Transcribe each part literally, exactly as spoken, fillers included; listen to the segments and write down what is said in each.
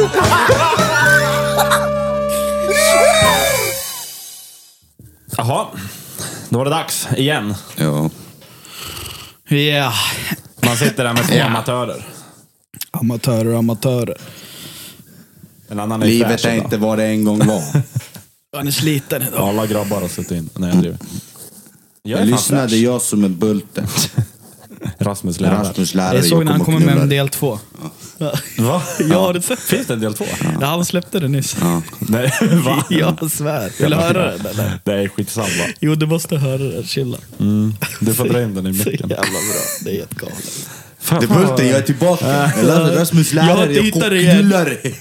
Jaha, då var det dags igen. Ja. Ja. Yeah. Man sitter där med två yeah. amatörer. Amatörer, amatörer. En annan är Livet är inte vad det en gång var. Han är sliten idag. Alla grabbar har suttit in. Nej, jag driver. Jag, jag lyssnade fräsch. Jag som en bulten. Rasmus lärare. Rasmus lärare. Jag såg när han kommer med en del två. Ja. Va? Ja, har du sett? Finns det en del två? Ja, ja han släppte det nyss. Ja. Nej, va? Jag svär. Vill du höra den där? Det är skitsamma. Jo, du måste höra den. Chilla. Mm. Du får dra in den i micken. Så jävla bra. Det är jättegalet. Det är bulten, jag är tillbaka. Jag lärde Rasmus lärare. Jag hittar det igen.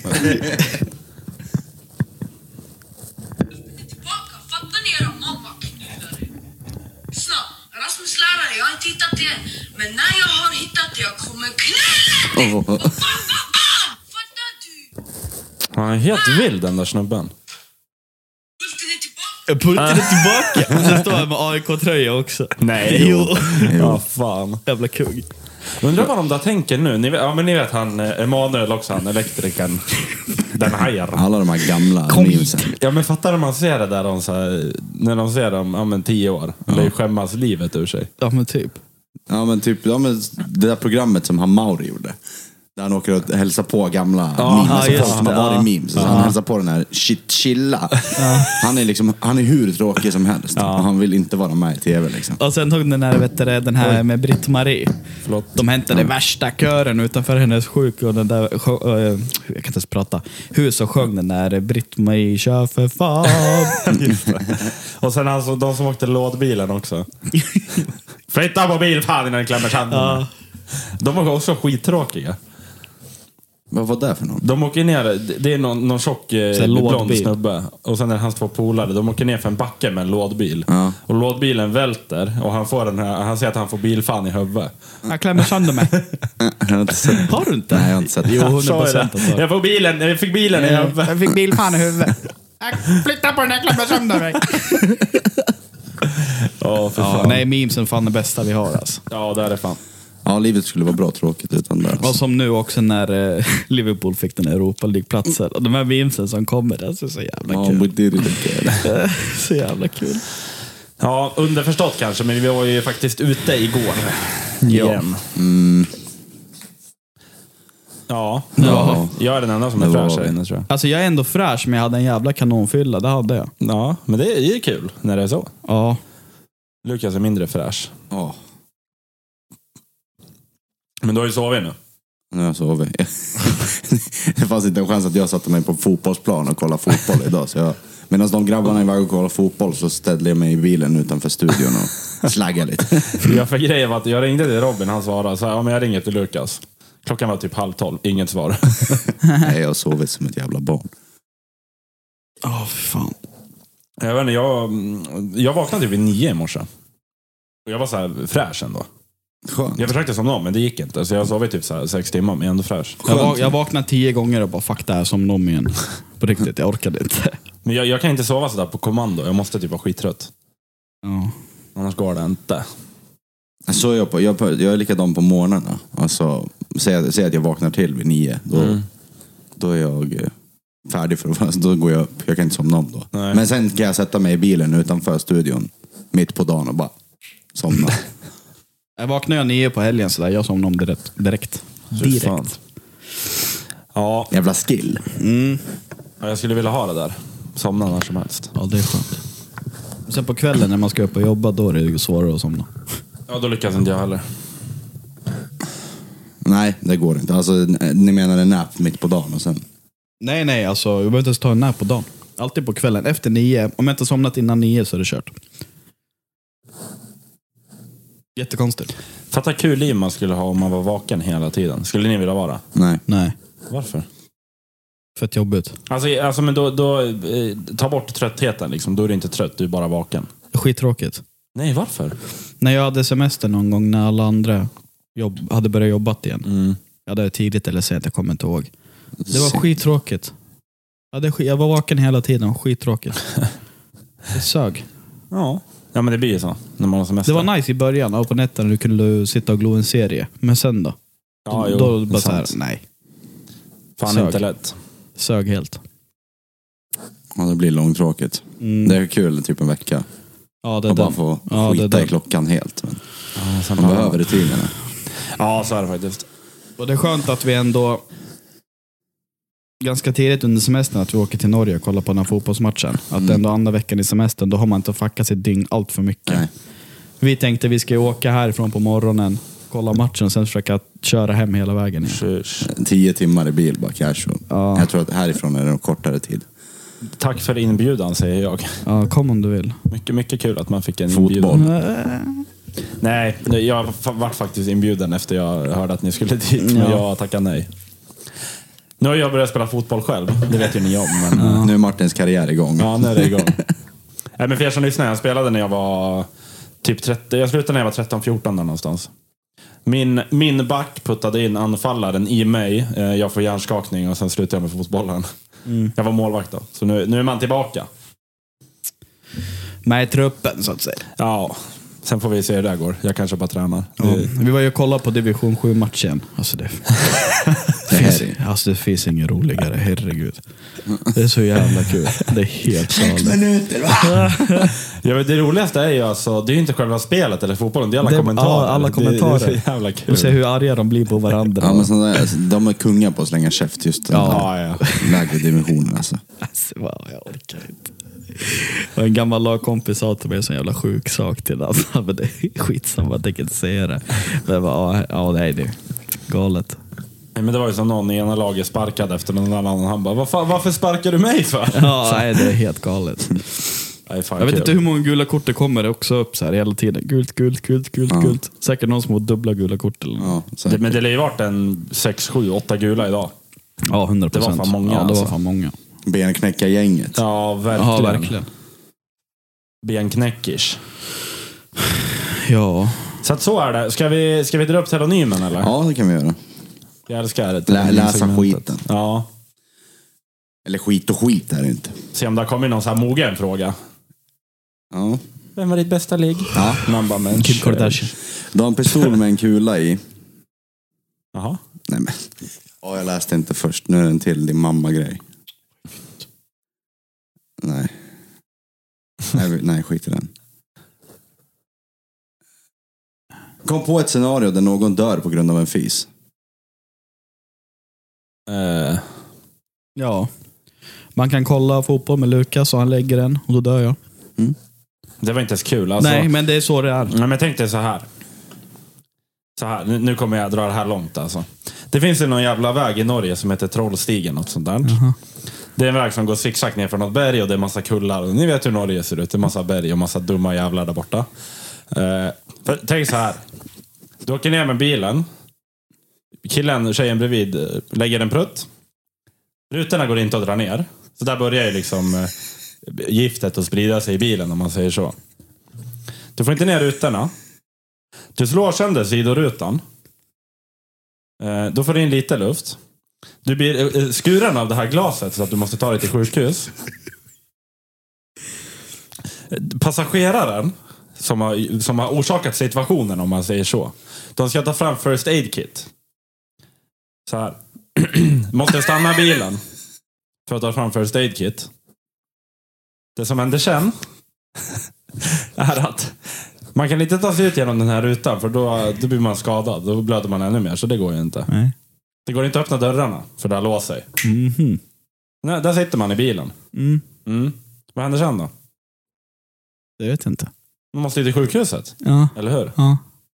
Jag har inte hittat det. Men när jag har hittat det, jag kommer knulla dig. Oh. Fattar du? Han är helt vild, den där snubben. Pulten är tillbaka. Pulten är tillbaka. Och så står han med A I K-tröja också. Nej, jo. Ja, fan. Jävla kung. Undrar vad de där tänker nu. Ni vet, ja, men ni vet han, Emanuel också, han elektrikern. Den hajar. Alla de här gamla memesen. Ja, men fattar du man ser det där de så här, när de ser dem om ja, tio år. Ja. Eller skämmas livet ur sig. Ja, men typ. Ja, men typ ja, men det där programmet som han Mauri gjorde. Där han åker och hälsar på gamla ja, memes. Ja, folk som har varit memes. Så ja. Han hälsar på den här shit chilla. Ja. Han är liksom, han är hur tråkig som helst. Ja. Och han vill inte vara med i tv liksom. Och sen tog den här, vet du, den här med Britt-Marie. Förlåt. De hämtade ja. värsta kören utanför hennes sjuk och den där, jag kan inte ens prata, hus och sjöng den där Britt-Marie kör för fan. Och sen alltså de som åkte lådbilen också. Flytta på bil fan innan den klämmer sanden. Ja. De var också skittråkiga. Vad var det för någon? De åker ner, det är någon, någon tjock blond snubbe. Och sen är hans två polare. De åker ner för en backe med en lådbil. Ja. Och lådbilen välter. Och han får den här, han säger att han får bilfan i huvudet. Han klämmer sönder mig. Jag har, inte sett. Har du inte? Nej, jag har inte sett. Jo, hundra procent alltså. Jag får bilen, jag fick bilen i huvudet. Jag fick bilfan i huvudet. Flytta på den här, klämmer sönder mig. Oh, för ja, nej, memesen fan det bästa vi har alltså. Ja, det är det fan. Ja, livet skulle vara bra tråkigt utan det. Alltså. Och som nu också när eh, Liverpool fick den Europa League-platsen. Och de här memesen som kommer, alltså, är så jävla ja, kul. Det är så jävla kul. Ja, underförstått kanske, men vi var ju faktiskt ute igår. Igen. Mm. Ja, ja, jag är den enda som är fräsch här inne, tror jag. Alltså jag är ändå fräsch, men jag hade en jävla kanonfylla, det hade jag. Ja, men det är ju kul när det är så. Ja. Lukas är mindre fräsch. Ja. Men du har ju sovit nu. Nu har jag sovit. Det fanns inte en chans att jag satte mig på fotbollsplan och kollade fotboll idag. Så jag, medan de grabbarna är iväg och kollar fotboll så ställde jag mig i bilen utanför studion och slaggade lite. Jag för grejen var att jag ringde till Robin, han svarade så här, ja men jag ringer till Lukas. Klockan var typ halv tolv, inget svar. Nej, jag har sovit som ett jävla barn. Åh, oh, fan. Jag vet inte, jag, jag vaknade typ vid nio i morse. Och jag var så här fräsch ändå. Skönt. Jag försökte somna om, men det gick inte. Så jag sov typ så här sex timmar, men ändå fräsch. Jag, va- jag vaknade tio gånger och bara, fuck det här som om igen. På riktigt, jag orkade inte. Men jag, jag kan inte sova sådär på kommando. Jag måste typ vara skittrött. Ja. Annars går det inte. Så jag, på, jag, jag är likadan på morgnarna. Alltså, säg, säg att jag vaknar till vid nio. Då, mm. då är jag färdig för att alltså, då går jag upp. Jag kan inte somna om då. Nej. Men sen kan jag sätta mig i bilen utanför studion mitt på dagen och bara somna. Jag vaknar jag nio på helgen så där jag somnar om direkt. Direkt. direkt. Ja. Jävla skill. Mm. Ja, jag skulle vilja ha det där. Somna när som helst. Ja, det är skönt. Sen på kvällen när man ska upp och jobba, då är det ju svårare att somna. Ja, då lyckas inte jag heller. Nej, det går inte. Alltså, ni menar en nap mitt på dagen och sen? Nej, nej, alltså jag behöver inte ens ta en nap på dagen. Alltid på kvällen. Efter nio. Om jag inte somnat innan nio så är det kört. Jättekonstigt. Fatta kul liv man skulle ha om man var vaken hela tiden. Skulle ni vilja vara? Nej. Nej. Varför? Fett jobbigt. Alltså, alltså men då, då eh, ta bort tröttheten liksom. Då är du inte trött, du är bara vaken. Skittråkigt. Nej, varför? När jag hade semester någon gång när alla andra jobb, hade börjat jobbat igen. Mm. Jag hade tidigt eller sent, jag kommer inte ihåg. Det var skittråkigt. Jag, hade, jag var vaken hela tiden, skittråkigt. Det sög. Ja. Ja, men det blir ju så när man har semester. Det var nice i början och på nätten du kunde sitta och glo en serie. Men sen då? Ja, då, jo, då bara så här, nej. Fan sög. Inte lätt. Sög helt. Ja, det blir långtråkigt. Mm. Det är kul, typ en vecka. Ja, det är och bara få ja, skita det i klockan helt. Men ja, man behöver rutinerna. Ja, så är det faktiskt. Och det är skönt att vi ändå ganska tidigt under semestern att vi åker till Norge och kollar på den här fotbollsmatchen. Att mm. ändå andra veckan i semestern, då har man inte att fucka sitt dygn allt för mycket. Nej. Vi tänkte vi ska åka härifrån på morgonen, kolla matchen och sen försöka köra hem hela vägen igen. Tio timmar i bil bara casual. Ja. Jag tror att härifrån är det en kortare tid. Tack för inbjudan, säger jag. Ja, kom om du vill. Mycket, mycket kul att man fick en fotboll. Inbjudan. Nej, jag var faktiskt inbjuden efter jag hörde att ni skulle dit. Men ja. jag tackade nej. Nu har jag börjat spela fotboll själv. Det vet ju ni om. Men... Ja. Nu är Martins karriär igång. Ja, nu är det igång. Nej, men för er som lyssnar, jag spelade när jag var typ trettio. Jag slutade när jag var tretton fjorton där någonstans. Min, min back puttade in anfallaren i mig. Jag får hjärnskakning och sen slutade jag med fotbollen. Mm. Jag var målvakt då. Så nu, nu är man tillbaka. Med i truppen så att säga. Ja, sen får vi se hur det går. Jag kanske bara tränar. Ja. Det... Vi var ju och kollade på division sju-matchen. Alltså det... det, finns, alltså det finns ingen roligare, herregud. Det är så jävla kul. Det är helt sex minuter va? Ja, men det roligaste är ju alltså, det är ju inte själva spelet eller fotbollen, det är alla det, kommentarer. Ja, alla kommentarer. Det, det är så jävla kul. Och se hur arga de blir på varandra. Ja, men sådana där, de är kungar på att slänga käft just ja, ja. lägre dimensioner alltså. Alltså, jag orkar inte. Och en gammal lagkompis sa till mig en sån jävla sjuk sak till den. Men det är skitsamma, jag tänker inte säga det. Men jag bara, ja, det är det galet. Nej, men det var ju som någon i ena laget sparkade efter någon annan. Han bara, varför, varför sparkar du mig för? Ja, nej, det är helt galet. Nej, fan, jag vet kul. inte hur många gula kort det kommer också upp så här hela tiden. Gult, gult, gult, gult, ja. gult. Säkert någon som har dubbla gula kort eller ja, det, men det har ju varit en sex, sju, åtta gula idag. Ja, hundra procent. Det var fan många. Ja, det var alltså. fan många. Benknäcka-gänget. Ja, verkligen. Ja, verkligen. Benknäckish. Ja. Så att så är det. Ska vi, ska vi dra upp telonymen eller? Ja, det kan vi göra. Jag älskar det. Lä, läsa skiten. Ja. Eller skit och skit är det inte. Se om det har kommit någon så här mogen fråga. Ja. Vem var ditt bästa ligg? Ja. Man bara, men Kim Kardashian. Du har en pistol med en kula i. Jaha. Nej men. Ja, jag läste inte först. Nu är den till din mamma-grej. Nej. nej. Nej, skit i den. Kom på ett scenario där någon dör på grund av en fis. Uh. Ja. Man kan kolla fotboll med Lukas och han lägger den och då dör jag. Mm. Det var inte så kul. Alltså, nej, men det är så det är. Men jag tänkte så här. Så här, nu, nu kommer jag dra det här långt alltså. Det finns ju någon jävla väg i Norge som heter Trollstigen, något sånt där. Uh-huh. Det är en väg som går zigzag ner från något berg och det är massa kullar. Ni vet hur Norge ser ut. Det är massa berg och massa dumma jävlar där borta. Uh, för, tänk så här. Du åker ner med bilen. Killen, tjejen bredvid, lägger en prutt. Rutorna går inte att dra ner. Så där börjar ju liksom uh, giftet att sprida sig i bilen, om man säger så. Du får inte ner rutorna. Du slår sönder sidorutan. Uh, då får du in lite luft. Du blir uh, skuren av det här glaset så att du måste ta dig till sjukhus. Passageraren som har, som har orsakat situationen, om man säger så. De ska ta fram first aid kit. Så här. Måste stanna bilen för att ta fram first aid kit. Det som händer sen är att man kan inte ta sig ut genom den här rutan, för då, då blir man skadad. Då blöder man ännu mer, så det går ju inte. Nej. Det går inte att öppna dörrarna, för där låser sig. Mm-hmm. Nej, där sitter man i bilen. Mm. Mm. Vad händer sen då? Det vet jag inte. Man måste ju till sjukhuset. Ja. Eller hur? Ja.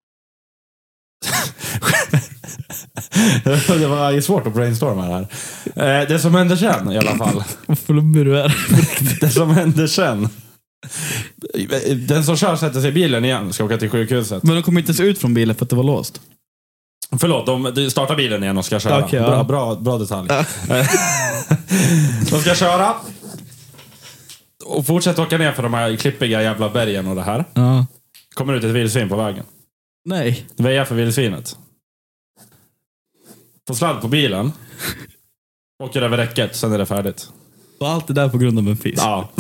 Det var svårt att brainstorma det här. Det som händer sen i alla fall. Vad flummig du är. Det som händer sen. Den som kör sätter sig i bilen igen, ska åka till sjukhuset. Men de kommer inte se ut från bilen för att det var låst. Förlåt, de startar bilen igen och ska köra. Okay, bra, ja. bra, bra detalj. Ja. De ska köra och fortsätta åka ner för de här klippiga jävla bergen och det här. Ja. Kommer ut ett vildsvin på vägen. Nej. Väja för vildsvinet. Får sladd på bilen. Åker över räcket, sen är det färdigt. Och allt det där på grund av en fisk. Ja.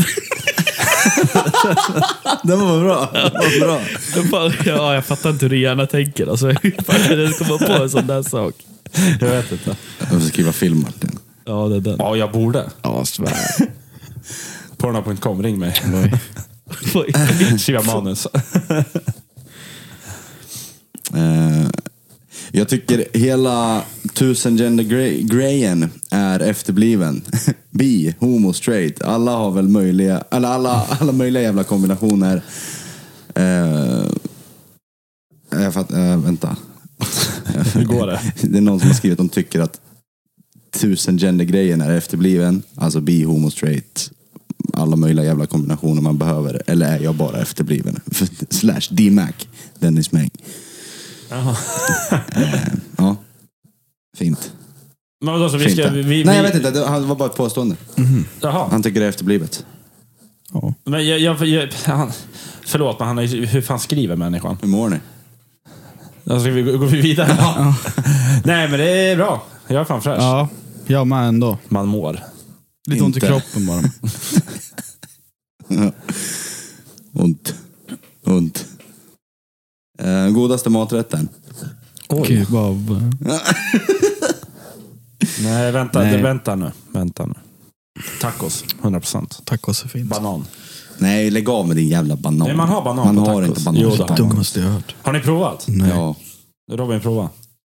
Det var bra. Det var bra. Ja, jag fattar inte hur du gärna tänker. Alltså, hur fan kan du komma på en sån där sak? Jag vet inte. Jag får skriva film, Martin. Ja, det är den. Ja, jag borde. Ja, svär. Porno punkt com, ring mig. Skriva manus. uh, jag tycker hela tusen gender-grejen är efterbliven. Bi, homo, straight. Alla har väl möjliga, eller alla, alla möjliga jävla kombinationer. Uh, jag fatt, uh, vänta. Hur går det? Det är någon som har skrivit att de tycker att tusen gender-grejen är efterbliven. Alltså bi, homo, straight. Alla möjliga jävla kombinationer man behöver. Eller är jag bara efterbliven? Slash D-Mac. Dennis Meng. Jaha. Ja. Fint. Men då, så vi ska, vi, vi, Nej, jag vet inte. Det var bara ett påstående. Mm. Jaha. Han tycker det är efterblivet. Ja. Men jag, jag, jag han, förlåt, men han är, hur fan skriver människan? Hur mår ni? Alltså, vi, går vi vidare? Ja. Nej, men det är bra. Jag är fan fräsch. Ja, jag med ändå. Man mår. Lite ont i kroppen bara. Ja. Ont. Ont. Eh, godaste maträtten? Kebab. Nej, vänta, Nej. Det, vänta nu. Vänta nu. Tacos, hundra procent. Tacos är fint. Banan. Nej, lägg av med din jävla banan. Nej, man har banan man på har tacos. inte banan. Jo, på det tacos. Dummaste jag hört. Har ni provat? Nej. Ja. Robin, prova.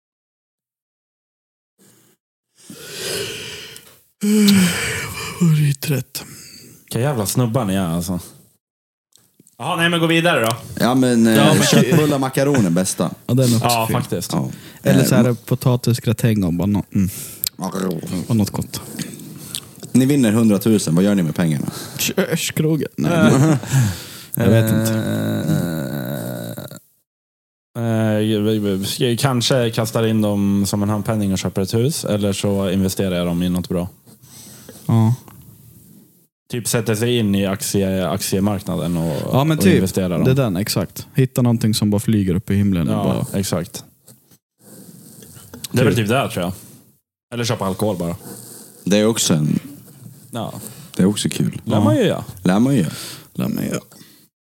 Favoriträtt. Vilka jävla snubbar ni är alltså. Jaha, nej men gå vidare då. Ja, men, eh, Ja, men- köttbullar och makaroner bästa. Ja, den är också Ja, fin. faktiskt. Ja. Eller Eh, så är det potatisgratäng och banan. Mm. Och något gott. Ni vinner hundratusen, vad gör ni med pengarna? Körskrogen. Nej. Jag vet inte. Uh, kanske kastar in dem som en handpenning och köper ett hus. Eller så investerar jag dem i något bra. Ja. Typ sätter sig in i aktie, aktiemarknaden och, Ja, men och typ. investerar dem. Det är den, exakt. Hitta någonting som bara flyger upp i himlen. Och Ja, bara... exakt. Det är väl typ det här, tror jag. Eller köpa alkohol bara. Det är också en, Ja. det är också kul. Lär man ju göra. Lär man ju. Lär mig, ja.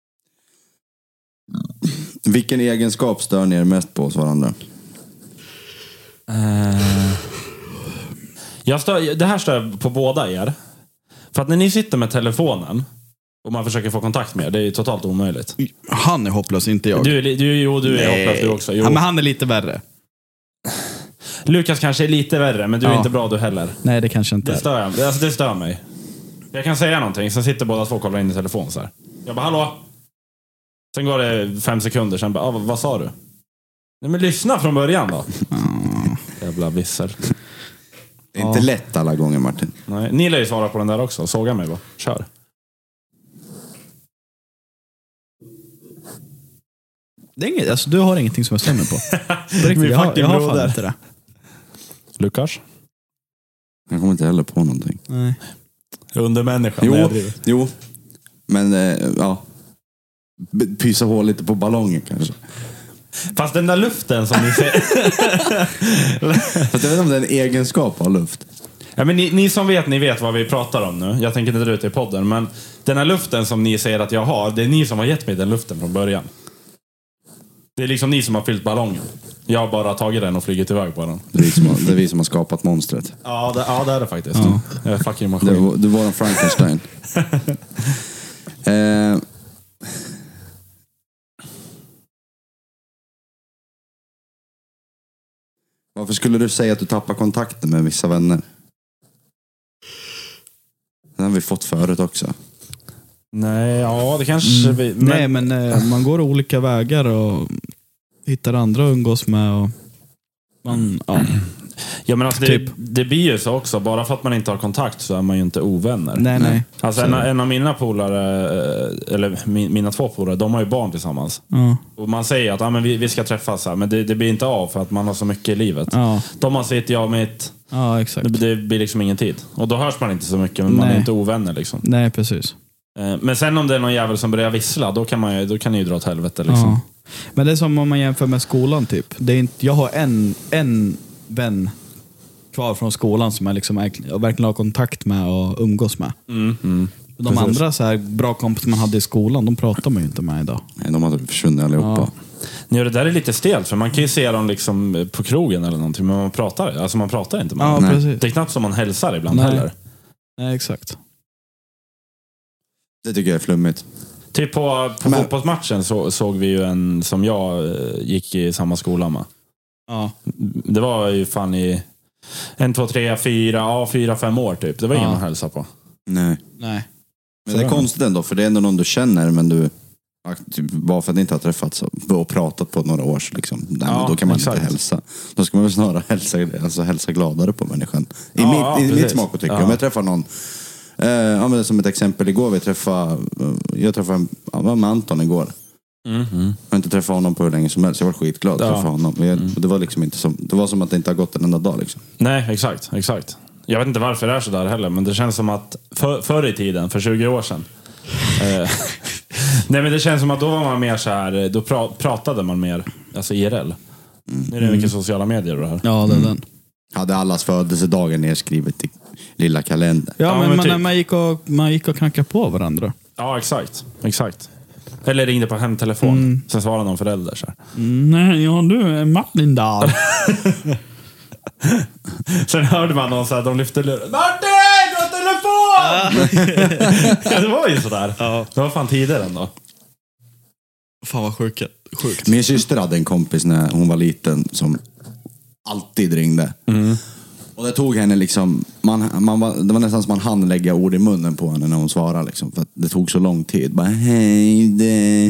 Vilken egenskap stör ni er mest på hos varandra? Uh, jag stör, det här stör på båda er. För att när ni sitter med telefonen och man försöker få kontakt med er, det är ju totalt omöjligt. Han är hopplös, inte jag. Du, du, jo, du är Nej. hopplös du också. Jo. Ja, men han är lite värre. Lukas kanske är lite värre, men du är Ja. inte bra du heller. Nej, det kanske inte Det är. stör, jag. Alltså, det stör mig. Jag kan säga någonting, sen sitter båda två och kollar in i telefon så här. Jag bara, hallå? Sen går det fem sekunder, sen bara, ah, vad, vad sa du? Nej, men lyssna från början då. Mm. Jävla vissel. Det är inte lätt alla gånger, Martin. Nej, ni lär ju svara på den där också. Såga mig bara. Kör. Det är inget, alltså, du har ingenting som jag stämmer på. på riktigt, Min jag, har, fucking jag har broder. fan inte det. Lukas? Jag kommer inte heller på någonting. Nej. Undermänniskan. Jo, jo. Men, eh, ja. B- Pysa hål lite på ballongen kanske. Fast den där luften som ni ser... Fast jag vet inte om det är en egenskap av luft. Ja, men ni, ni som vet, ni vet vad vi pratar om nu. Jag tänker inte dra ut det i podden. Men den här luften som ni säger att jag har, det är ni som har gett mig den luften från början. Det är liksom ni som har fyllt ballongen. Jag har bara tagit den och flugit iväg på den. Det är vi som har, det är vi som har skapat monstret. Ja, det, ja, det är det faktiskt. Ja. Jag är fucking maskin. Det var, det var en Frankenstein. eh, varför skulle du säga att du tappar kontakten med vissa vänner? Den har vi fått förut också. Nej, ja, det kanske vi... Men, Nej, men eh, man går olika vägar och hittar andra att umgås med. Och man, ja. ja, men alltså, det, Typ. det blir ju så också. Bara för att man inte har kontakt så är man ju inte ovänner. Nej, nej. Alltså en, en av mina polare, eh, eller min, mina två polare, de har ju barn tillsammans. Ja. Och man säger att ah, men vi, vi ska träffas här, men det, det blir inte av för att man har så mycket i livet. Ja. De har sitt, jag mitt. Ja, exakt. Det, det blir liksom ingen tid. Och då hörs man inte så mycket, men man Nej. är inte ovänner liksom. Nej, precis. Eh, Men sen om det är någon jävel som börjar vissla, då kan, man ju, då kan ni ju dra åt helvete liksom. Ja. Men det är som om man jämför med skolan typ. Det är inte, jag har en, en vän kvar från skolan som jag, liksom, är- jag verkligen har kontakt med och umgås med. Mm, mm. De Precis. andra så här, bra kompisar man hade i skolan, de pratar man ju inte med idag. Nej, de har typ försvunnit allihopa. Ja. Nej, det där är lite stelt, för man kan ju se dem liksom på krogen eller någonting, men man pratar, alltså man pratar inte med ja, dem. precis. Det är knappt som man hälsar ibland Nej. heller. Nej, exakt. Det tycker jag är flummigt. Typ på, på men... fotbollsmatchen så, såg vi ju en som jag gick i samma skola med. Ja. Det var ju fan i en, två, tre, fyra, ja, fyra, fem år typ. Det var ingen ja. man hälsade på. Nej. Nej. Men det är konstigt ändå, för det är ändå någon du känner, men du typ, bara för att ni inte har träffats och pratat på några år liksom. Nej, ja, men då kan man exakt. inte hälsa. Då ska man väl snarare hälsa, alltså, hälsa gladare på människan. I, ja, mitt, ja, i mitt smak och tycke. Ja. Om jag träffar någon, eh, ja, men som ett exempel igår, vi träffade, jag träffade ja, med Anton igår. Mm-hmm. Jag har inte träffat honom på hur länge som helst. Jag var skitglad att ja. träffa honom. Jag, mm. Det var liksom inte som, det var som att det inte har gått en enda dag liksom. Nej, exakt, exakt. Jag vet inte varför det är så där heller, men det känns som att för, förr i tiden, för tjugo år sedan. eh, nej, men det känns som att då var man mer så här, då pra, pratade man mer, alltså I R L. Mm. Nu är det mycket sociala medier och det här. Ja, det är mm. den. Hade allas födelsedagar nedskrivet i lilla kalender. Ja, ja men, men man, typ. man, gick och, man gick och knackade på varandra. Ja, exakt, exakt. Eller ringde på hemtelefon. Mm. Sen svarade någon förälder så här. Mm, nej, ja du är Martin där. Sen hörde man någon så här, de lyfte luren. Martin, du har telefon! Ja, det var ju sådär. Ja. Det var fan tidigare ändå. Fan vad sjukt. sjukt. Min syster hade en kompis när hon var liten som alltid ringde. Mm. Och det tog henne liksom, man, man var, det var nästan som man hann lägga ord i munnen på henne när hon svarade liksom, för att det tog så lång tid. Bara, hej, det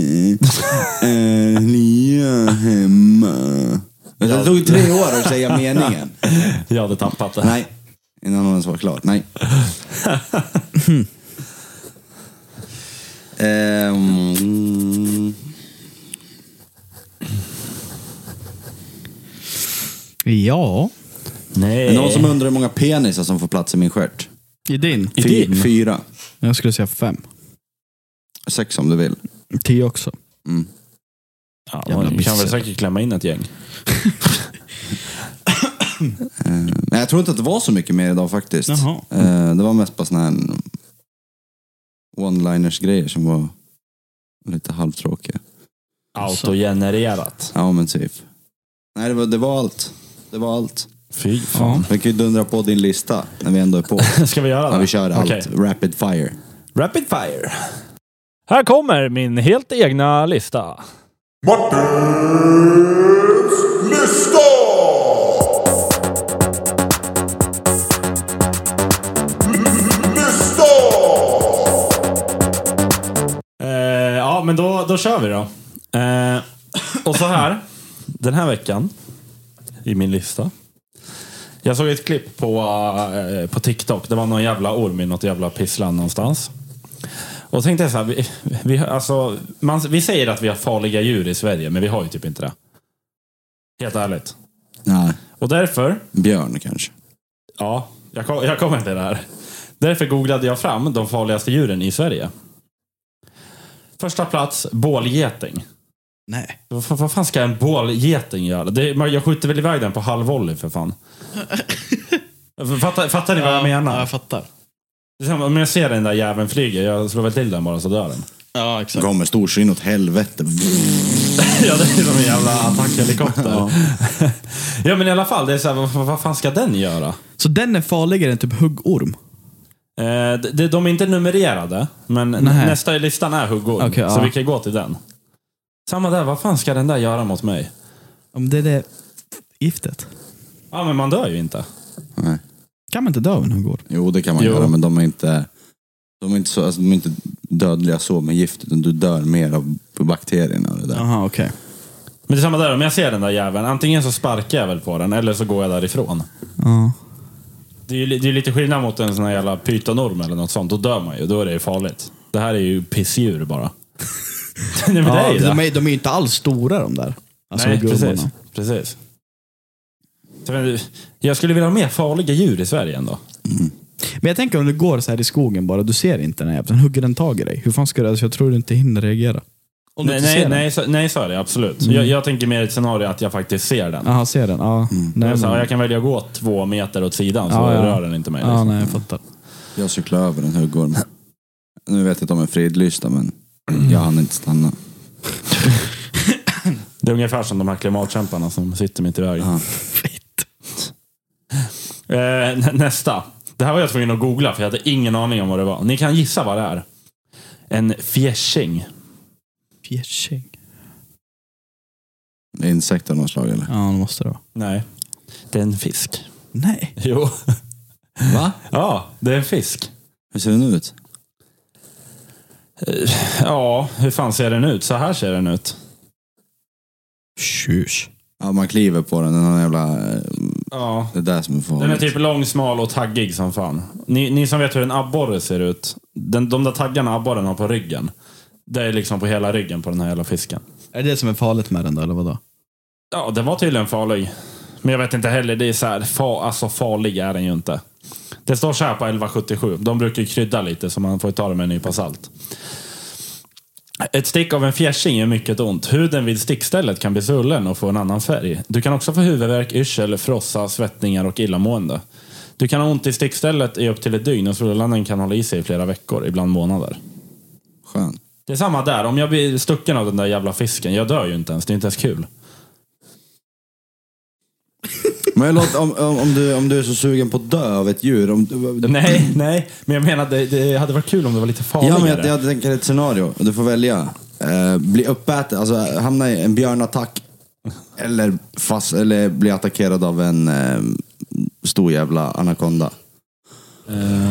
är Lia hemma. Men det tog tre år att säga meningen. Jag hade tappat det. Nej, innan hon ens var klar. Nej. um... Ja. Nej. Någon som undrar hur många penisar som får plats i min stjärt? I din? I din? Fyra. Jag skulle säga fem. Sex om du vill. Tio också. Mm. Ja, man kan väl säkert klämma in ett gäng. uh, jag tror inte att det var så mycket mer idag faktiskt. Uh, det var mest bara såna här one-liners grejer som var lite halvtråkiga. Autogenererat. Ja, men typ. Nej, det var, det var allt. Det var allt. Fy fan. Vi kan ju dundra på din lista när vi ändå är på. Ska vi göra det? Ja, vi kör allt. Okay. Rapid fire. Rapid fire. Här kommer min helt egna lista. Martins lista! Lista! Eh, ja, men då, då kör vi då. Eh, och så här. Den här veckan i min lista. Jag såg ett klipp på, eh, på TikTok. Det var någon jävla orm i något jävla pissland någonstans. Och tänkte jag så här, vi, vi, alltså, man, vi säger att vi har farliga djur i Sverige, men vi har ju typ inte det. Helt ärligt. Nej. Och därför... Björn kanske. Ja, jag, kom, jag kommer till det här. Därför googlade jag fram de farligaste djuren i Sverige. Första plats, bålgeting. Nej. Vad, vad fan ska en bålgeting göra? Det, jag skjuter väl iväg den på halvvolley för fan. Fattar, fattar ni vad jag menar? Ja, jag fattar. Om jag ser den där jäveln flyger, jag slår väl till den bara så dör den. Ja, exakt. Kommer storsyn åt helvete. Ja, det är som en jävla attackhelikopter. Ja. Ja, men i alla fall, det är så här, vad, vad fan ska den göra? Så den är farligare än typ huggorm? Eh, de, de är inte numrerade, men Nähe. nästa i listan är huggorm. Okay, så ja. Vi kan gå till den. Samma där, vad fan ska den där göra mot mig? Om det är det giftet. Ja, men man dör ju inte. Nej. Kan man inte dö av en huggorm? Jo, det kan man jo. göra, men de är inte de är inte så, alltså, de är inte dödliga så med gift, utan du dör mer av bakterierna och det där. Jaha, okej. Okay. Men det är samma där, om jag ser den där jäveln, antingen så sparkar jag väl på den, eller så går jag därifrån. Ja. Det är ju det är lite skillnad mot en sån här jävla pytonorm eller något sånt. Då dör man ju, då är det ju farligt. Det här är ju pissdjur bara. Nej, men ja, det är ju de, är, de är ju inte alls stora de där. Alltså, nej, precis. precis. Jag skulle vilja ha mer farliga djur i Sverige ändå. Mm. Men jag tänker om du går så här i skogen bara, du ser inte den här jäveln, hugger den tag i dig. Hur fan ska du, alltså, jag tror du inte hinner reagera. Om nej, du nej, ser nej, så, nej, så är det absolut. Mm. Jag, jag tänker mer ett scenario att jag faktiskt ser den. Jaha, ser den. Ja. Mm. Nej, så, jag kan välja att gå två meter åt sidan, så ja, ja. rör den inte mig. Ja, liksom. nej, jag fattar. Jag cyklar över en huggorm. Nu vet jag att de är fridlysta, men jag hann inte stanna. Det är ungefär som de här klimatkämparna som sitter mitt i vägen. Ja. eh, nästa. Det här var jag tvungen att googla för jag hade ingen aning om vad det var. Ni kan gissa vad det är. En fjärsing. Fjärsing? Insekter av något slag eller? Ja, det måste det vara. Nej. Det är en fisk. Nej. Jo. Va? Ja, det är en fisk. Hur ser den ut? Ja, hur fan ser den ut? Så här ser den ut. Tjus. Ja, man kliver på den. Den har en jävla... Ja. Det är där som är farligt. Den är typ lång, smal och taggig som fan. Ni, ni som vet hur en abborre ser ut. Den, de där taggarna abborren har på ryggen. Det är liksom på hela ryggen på den här jävla fisken. Är det det som är farligt med den då, eller vadå? Ja, den var tydligen farlig. Men jag vet inte heller, det är så här, fa, alltså farlig är den ju inte. Det står så här på elva sjuttiosju. De brukar ju krydda lite så man får ta det med en nypa salt. Ett stick av en fjärsing är mycket ont. Huden vid stickstället kan bli svullen och få en annan färg. Du kan också få huvudvärk, yrsel, frossa, svettningar och illamående. Du kan ha ont i stickstället i upp till ett dygn och svullan kan hålla i sig i flera veckor, ibland månader. Skön. Det är samma där. Om jag blir stucken av den där jävla fisken, jag dör ju inte ens. Det är inte ens kul. Men låt, om, om, du, om du är så sugen på att dö av ett djur om du... Nej, nej. Men jag menar, det, det hade varit kul om det var lite farligare. Ja, men jag, jag tänker ett scenario. Du får välja. Eh, bli uppäten, alltså hamna i en björnattack. Eller, fast, eller bli attackerad av en eh, stor jävla anakonda. Uh,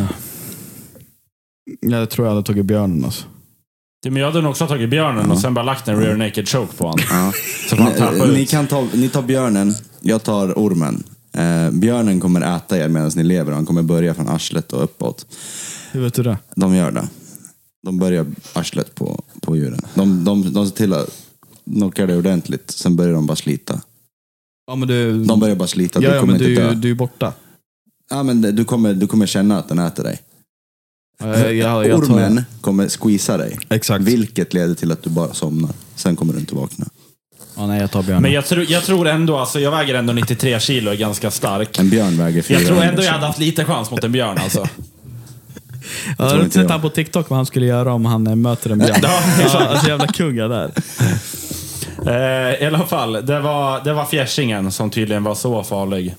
jag tror jag hade tagit björnen alltså. Ja, men jag hade nog också tagit björnen mm. och sen bara lagt en rear naked choke på honom. Ja. Så man tappar ni, ut. kan ta, ni tar björnen, jag tar ormen. Eh, björnen kommer äta er medan ni lever. Han kommer börja från arslet och uppåt. Hur vet du det? De gör det. De börjar arslet på, på djuren. De, de, de ser till att knocka det ordentligt. Sen börjar de bara slita. Ja, men du... De börjar bara slita. Ja, du ja, kommer men inte du, dö. du är borta. Ja, men du kommer, du kommer känna att den äter dig. Ja, jag, jag, jag Ormen tar... kommer squeeza dig. Exakt. Vilket leder till att du bara somnar. Sen kommer du inte vakna. Ja, nej, jag tar björnen. Men jag, tro, jag tror ändå, alltså jag väger ändå nittiotre kilo och är ganska stark. En björn väger fyra. Jag tror ändå jag hade haft lite chans mot en björn alltså. Jag har inte sett han på TikTok vad han skulle göra om han eh, möter en björn. Ja, Ja, alltså jävla kunga där. Eh, I alla fall, det var, det var fjärsingen som tydligen var så farlig.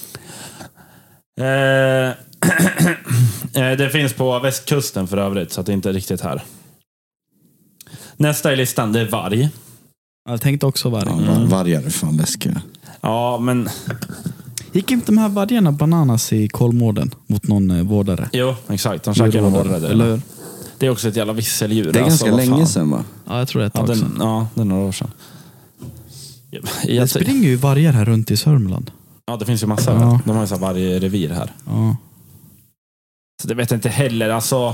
Eh, det finns på västkusten för övrigt, så att det inte är riktigt här. Nästa i listan, det är varg. Jag tänkte också varg. Ja, mm. Vargar är fan läskiga. Ja, men... Gick inte de här vargarna bananas i Kolmården mot någon eh, vårdare? Jo, exakt. De käkar nog borrade. Eller hur? Det är också ett jävla visseldjur. Det är alltså, ganska länge sedan, va? Ja, jag tror det är ett Ja, tag den, sedan. ja, det är några år sedan. Jag, Det jag, springer ju vargar här runt i Sörmland. ja, det finns ju massor. Ja. De har ju så här varje revir här. Ja. Så det vet jag inte heller. Alltså...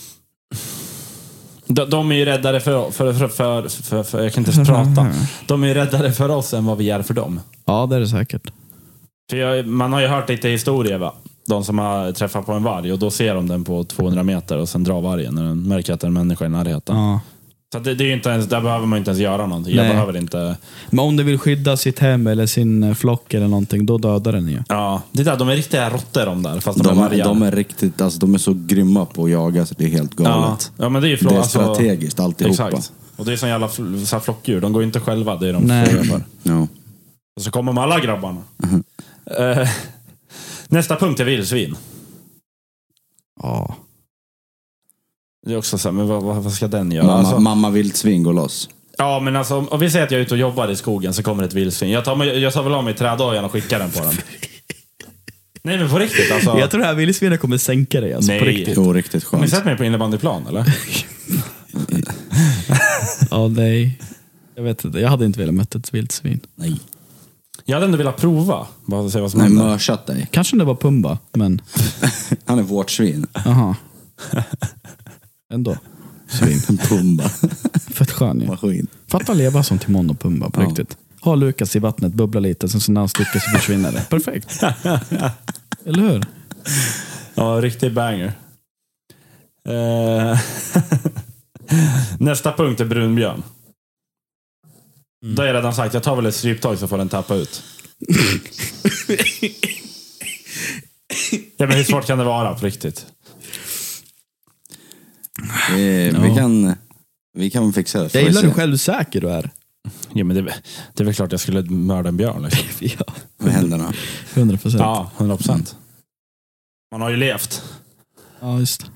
De, de är ju räddare för, för, för, för, för, för... Jag kan inte ens prata. De är ju räddare för oss än vad vi är för dem. Ja, det är det säkert. För jag, man har ju hört lite historier, va? De som har träffat på en varg och då ser de den på tvåhundra meter och sen drar vargen när den märker att det är en människa i närheten. Ja. Så det, det är ju inte ens, där behöver man inte ens göra någonting. Nej. Jag behöver inte... Men om du vill skydda sitt hem eller sin flock eller någonting, då dödar den ju. Ja, det där, de är riktiga råttor de där, fast de, De, är vargar. de är riktigt, alltså de är så grymma på att jaga så det är helt galet. Ja, ja men det är ju Det är alltså, strategiskt alltihopa. exakt. Och det är sån jävla fl- så här flockdjur. De går ju inte själva, det är de Nej. för. för. Ja. Och så kommer de alla grabbarna. Eh, nästa punkt är vildsvin. Ja. Det är också så här, men vad, vad, vad ska den göra? Mamma, Alltså, mamma vildsvin går loss. ja, men alltså, om, om vi säger att jag är ute och jobbar i skogen så kommer ett vildsvin. Jag tar, mig- jag tar väl av mig trädojan och skickar den på den. Nej, men på riktigt alltså. Jag tror det här vildsvinet kommer sänka dig alltså, Nej. på riktigt. Jo, riktigt Har ni skönt. sett mig på innebandyplan, eller? Ja, nej. Jag vet inte, jag hade inte velat möta ett vildsvin. Nej. Jag hade ändå velat prova. Bara se vad som Nej, händer. mörsat dig. Kanske det var Pumba, men... Han är vårt svin. Aha. Ändå. Svin. En pumba. Fett skön ju. Maskin. Fatta leva som Timon och Pumba på Ja. riktigt. Ha Lukas i vattnet, bubbla lite, sen så när han sticker så försvinner det. Perfekt. Eller hur? Ja, riktig banger. Eh, Nästa punkt är brunbjörn. Mm. Då har jag redan sagt, jag tar väl ett stryptag så får den tappa ut. Ja, men hur svårt kan det vara på riktigt? Vi, Ja. vi, kan, vi kan fixa det. Får Jag vi gillar se. hur självsäker du är. Ja, men det, det är väl klart jag skulle mörda en björn. Liksom. Ja. Med händerna. hundra procent. Ja, hundra procent. Man har ju levt. Ja, just.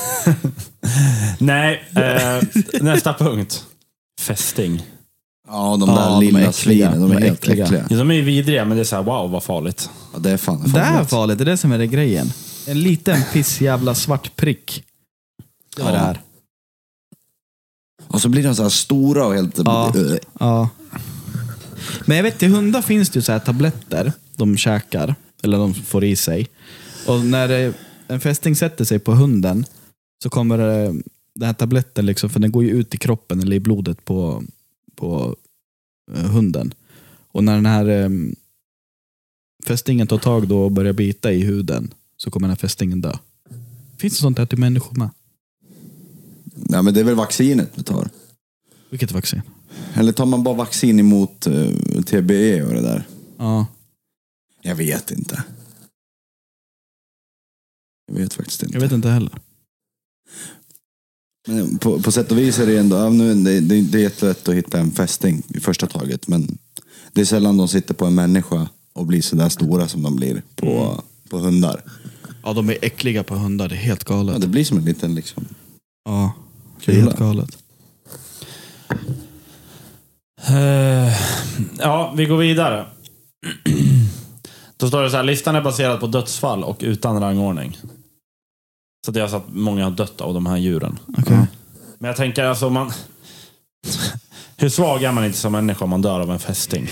Nej, eh, nästa punkt. Fästing. Ja, de Ja, där de är lilla äckliga. svinen, de är De är helt äckliga. äckliga. Ja, de är ju vidriga, men det är så här, wow, vad farligt. Ja, det är fan farligt. Det är farligt, det är det som är det grejen. En liten pissjävla svart prick. Det var Ja. det här. Och så blir de så här stora och helt... Ja. Ja. Men jag vet, i hundar finns det ju så här tabletter de käkar, eller de får i sig. Och när eh, en fästing sätter sig på hunden så kommer eh, den här tabletten, liksom, för den går ju ut i kroppen eller i blodet på, på eh, hunden. Och när den här eh, fästingen tar tag då och börjar bita i huden så kommer den här fästingen dö. Finns det sånt här till människor med? Ja, men det är väl vaccinet vi tar. Vilket vaccin? Eller tar man bara vaccin emot uh, T B E och det där? Ja. Jag vet inte. Jag vet faktiskt inte. Jag vet inte heller. Men på, på sätt och vis är det ändå, ja, nu, det, det, det är jättelätt att hitta en fästing i första taget, men det är sällan de sitter på en människa och blir så där stora som de blir på, mm. på hundar. Ja, de är äckliga på hundar, det är helt galet. Ja, det blir som en liten liksom. Ja, det är helt galet. Uh, ja, vi går vidare. Då står det så här: listan är baserad på dödsfall och utan rangordning. Så det är alltså att många har dött av de här djuren. Okay. Men jag tänker alltså, man... hur svag är man inte som människa om man dör av en fästing?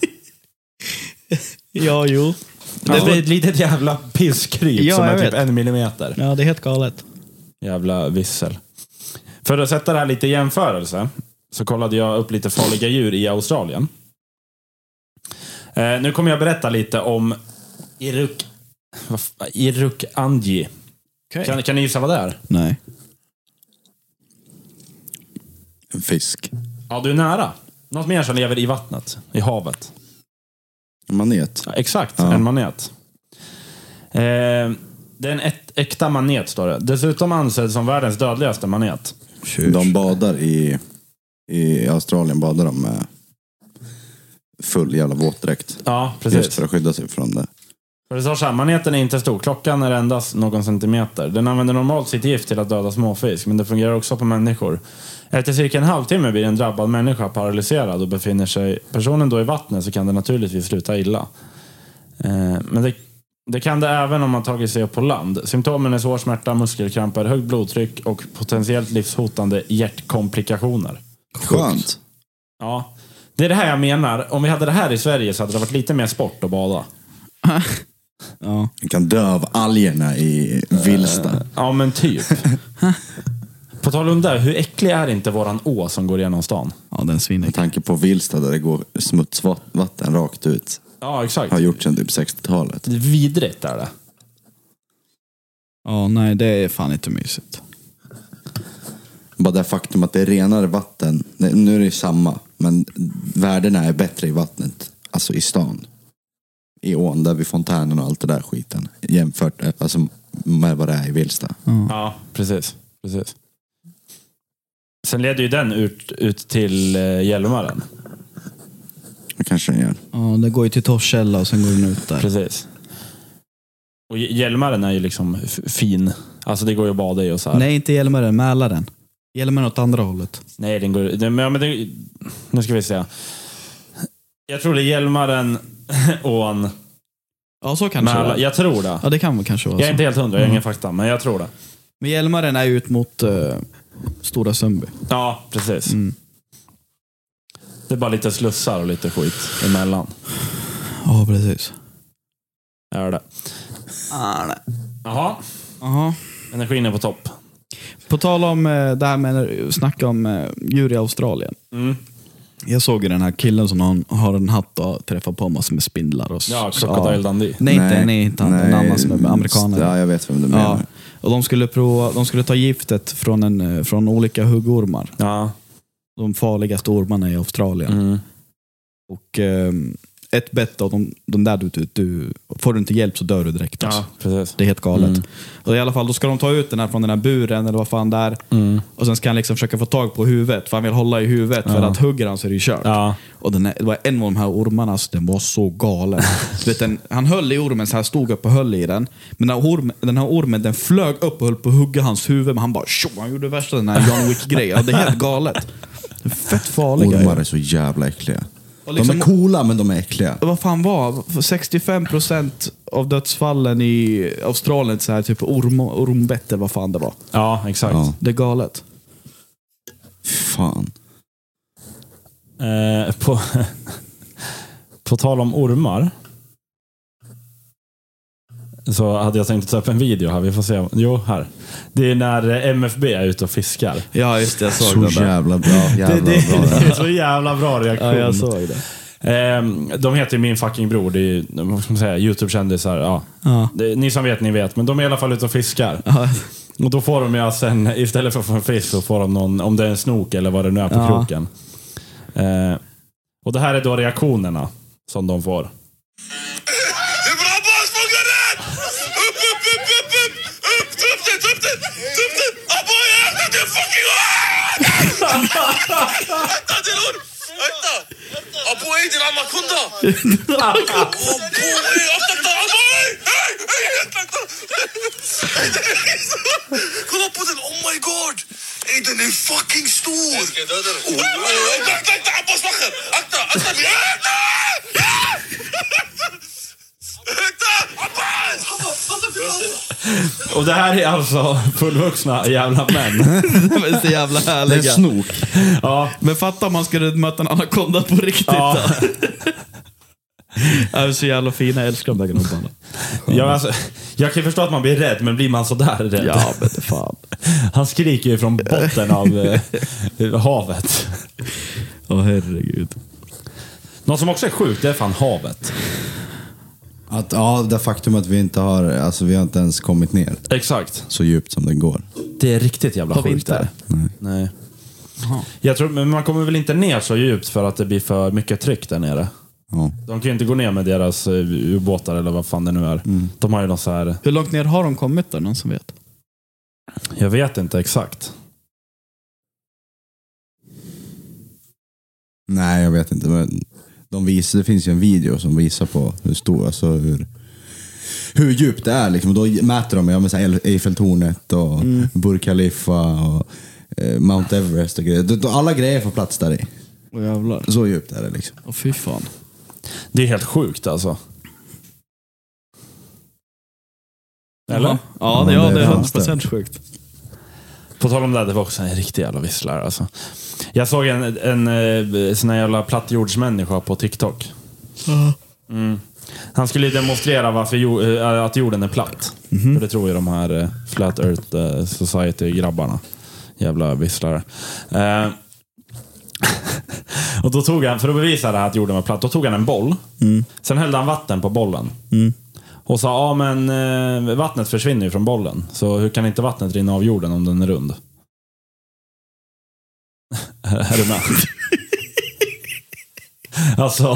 Ja, jo. Alltså, det är ett litet jävla pisskryp, ja, som är typ vet. en millimeter. Ja, det är helt galet. Jävla vissel. För att sätta det här lite i jämförelse så kollade jag upp lite farliga djur i Australien. Eh, nu kommer jag berätta lite om Iruk Irukandji. Okay. Kan, kan ni gissa vad det är? Nej. En fisk. Ja, du är nära. Något mer som lever i vattnet, i havet. En manet. Ja, exakt, ja. En manet. Eh, det är en ett, äkta manet, står det. Dessutom anses som världens dödligaste manet. De badar i i Australien, badar de med full jävla våtdräkt. Ja, precis. Just för att skydda sig från det. För det står så här, maneten är inte stor. Klockan är endast någon centimeter. Den använder normalt sitt gift till att döda småfisk, men det fungerar också på människor. Efter cirka en halvtimme blir en drabbad människa paralyserad och befinner sig personen då i vattnet, så kan det naturligtvis sluta illa. Eh, men det, det kan det även om man tagit sig upp på land. Symptomen är svår smärta, muskelkramper, högt blodtryck och potentiellt livshotande hjärtkomplikationer. Skönt. Ja, det är det här jag menar. Om vi hade det här i Sverige så hade det varit lite mer sport att bada. Ja. Du kan dö av algerna i Vilsta. Uh, ja, men typ. På tal om det, hur äcklig är inte våran å som går igenom stan? Ja, den svinner. Med tanke på Vilsta där det går smutsvatten rakt ut. Ja, exakt. Har gjort sedan typ sextiotalet. Det är vidrigt är det. Ja, nej, det är fan inte mysigt. Bara det faktum att det är renare vatten. Nu är det samma, men värdena är bättre i vattnet. Alltså i stan. I ån, där vid fontänen och allt det där skiten. Jämfört alltså, med vad det är i Vilsta. Mm. Ja, precis. precis. Sen leder ju den ut, ut till uh, Hjälmaren. Det kanske den gör. Ja, det går ju till Torshälla och sen går den ut där. Precis. Och Hjälmaren är ju liksom f- fin. Alltså det går ju att bada i och så här. Nej, inte Hjälmaren, Mälaren. Hjälmaren åt andra hållet. Nej, den går... Den, men det, nu ska vi se. Jag tror det är Hjälmaren och en... Ja, så kanske Mäla, jag tror det. Ja, det kan väl kanske vara. Jag är så. inte helt hundra, jag har ingen fakta, men jag tror det. Men Hjälmaren är ju ut mot uh, Stora Sundby. Ja, precis. Mm. Det är bara lite slussar och lite skit emellan. Ja, precis. Är det. Ah, nej. Jaha. Aha. Energin är på topp. På tal om uh, det här med snacka om uh, djur i Australien. Mm. Jag såg ju den här killen som har, har en hatt och träffar på massor med spindlar. Och, Ja, Crocodile Dundee. Nej, inte, nej, inte han. En annan som är amerikaner. Ja, jag vet vem du menar. Ja. Och de skulle, prova, de skulle ta giftet från, en, från olika huggormar. Ja. De farligaste ormarna i Australien. Mm. Och eh, ett bett av de, de där du, du, du får du inte hjälp så dör du direkt. Alltså. Ja, precis. Det är helt galet. Mm. Och i alla fall, då ska de ta ut den här från den här buren eller vad fan där. Mm. Och sen ska han liksom försöka få tag på huvudet, för han vill hålla i huvudet, för Ja. att hugger han så är det ju kört. Ja. Och den här, det var en av de här ormarna, så den var så galen. Du vet, den, han höll i ormen så här, stod upp och höll i den. Men den här, orm, den här ormen, den flög upp och höll på att hugga hans huvud, men han bara tjo, han gjorde värsta den här John Wick-grejen. Ja, det är helt galet. Det är fett farliga. Ormar är så jävla äckliga. Och liksom, de är coola, men de är äckliga. vad fan var sextiofem procent av dödsfallen i Australien så här, typ orm, ormbett eller vad fan det var. Ja, exakt. Ja. Det är galet. Fan. Eh, på, på tal om ormar, så hade jag tänkt ta upp en video här. Vi får se. Jo, här. Det är när M F B är ute och fiskar. Ja, just det. Jag såg Så den där. jävla bra. Jävla Det, det, bra. det är så jävla bra reaktion. Ja, jag såg det. Eh, de heter ju Min fucking bror. Det är ju, vad ska man säga, YouTube-kändisar. Ja. Ja. Det, ni som vet, ni vet. Men de är i alla fall ute och fiskar. Ja. Och då får de ju alltså en, istället för att få en fisk så får de någon, om det är en snok eller vad det nu är på Ja. kroken. Eh, och det här är då reaktionerna som de får. Det är bra bas, fånga den! Upp, upp, upp, upp, upp! Upp, tupp den, tupp den! Tupp den! Aboy, akta din fucking akta din orm! Akta! Aboy, din anakonda! Aboy, akta! Aboy! Hej! Hej! Akta! Kolla på den, oh my god! Ey, den är fucking stor! Akta, akta, akta! Abbas, wacher! Akta! Akta! Akta! Och det här är alltså fullvuxna jävla män. De är så jävla härliga. Det är snok. Ja. Men fatta om man skulle möta en anakonda på riktigt. Ja. Då. De är så jävla fina, jag älskar de där grabbarna. Ja, alltså, jag kan förstå att man blir rädd, men blir man så där rädd? Ja, men det fan. Han skriker ju från botten av eh, havet. Åh, herregud. Något som också är sjukt, det är fan havet. Att, ja, det faktum att vi inte har, alltså vi har inte ens kommit ner Exakt. så djupt som den går. Det är riktigt jävla Har vi sjukt inte? där. Nej. Nej. Jag tror, men man kommer väl inte ner så djupt för att det blir för mycket tryck där nere. Ja. De kan ju inte gå ner med deras uh, ubåtar eller vad fan det nu är. Mm. De har ju någon så här. Hur långt ner har de kommit då, någon som vet? Jag vet inte exakt. Nej, jag vet inte. Men de visar, det finns ju en video som visar på hur stor, alltså hur, hur djupt det är. Liksom. Och då mäter de ja, med så här Eiffeltornet och mm. Burj Khalifa och eh, Mount Everest och grejer. Alla grejer får plats där i. Åh jävlar. Så djupt är det liksom. Åh fy fan. Det är helt sjukt alltså. Eller? Ja, ja det, ja, det är fan hundra procent sjukt. På tal om det, det var också en riktig jävla visslare alltså. Jag såg en, en, en sån här jävla plattjordsmänniska på TikTok. Mm. Han skulle demonstrera varför jord, att jorden är platt. Mm-hmm. För det tror ju de här Flat Earth Society-grabbarna. Jävla visslare. Eh. Och då tog han, för att bevisa det här att jorden var platt, då tog han en boll. Mm. Sen hällde han vatten på bollen. Mm. Och sa, ja men eh, vattnet försvinner ju från bollen. Så hur kan inte vattnet rinna av jorden om den är rund? Är du med? Alltså.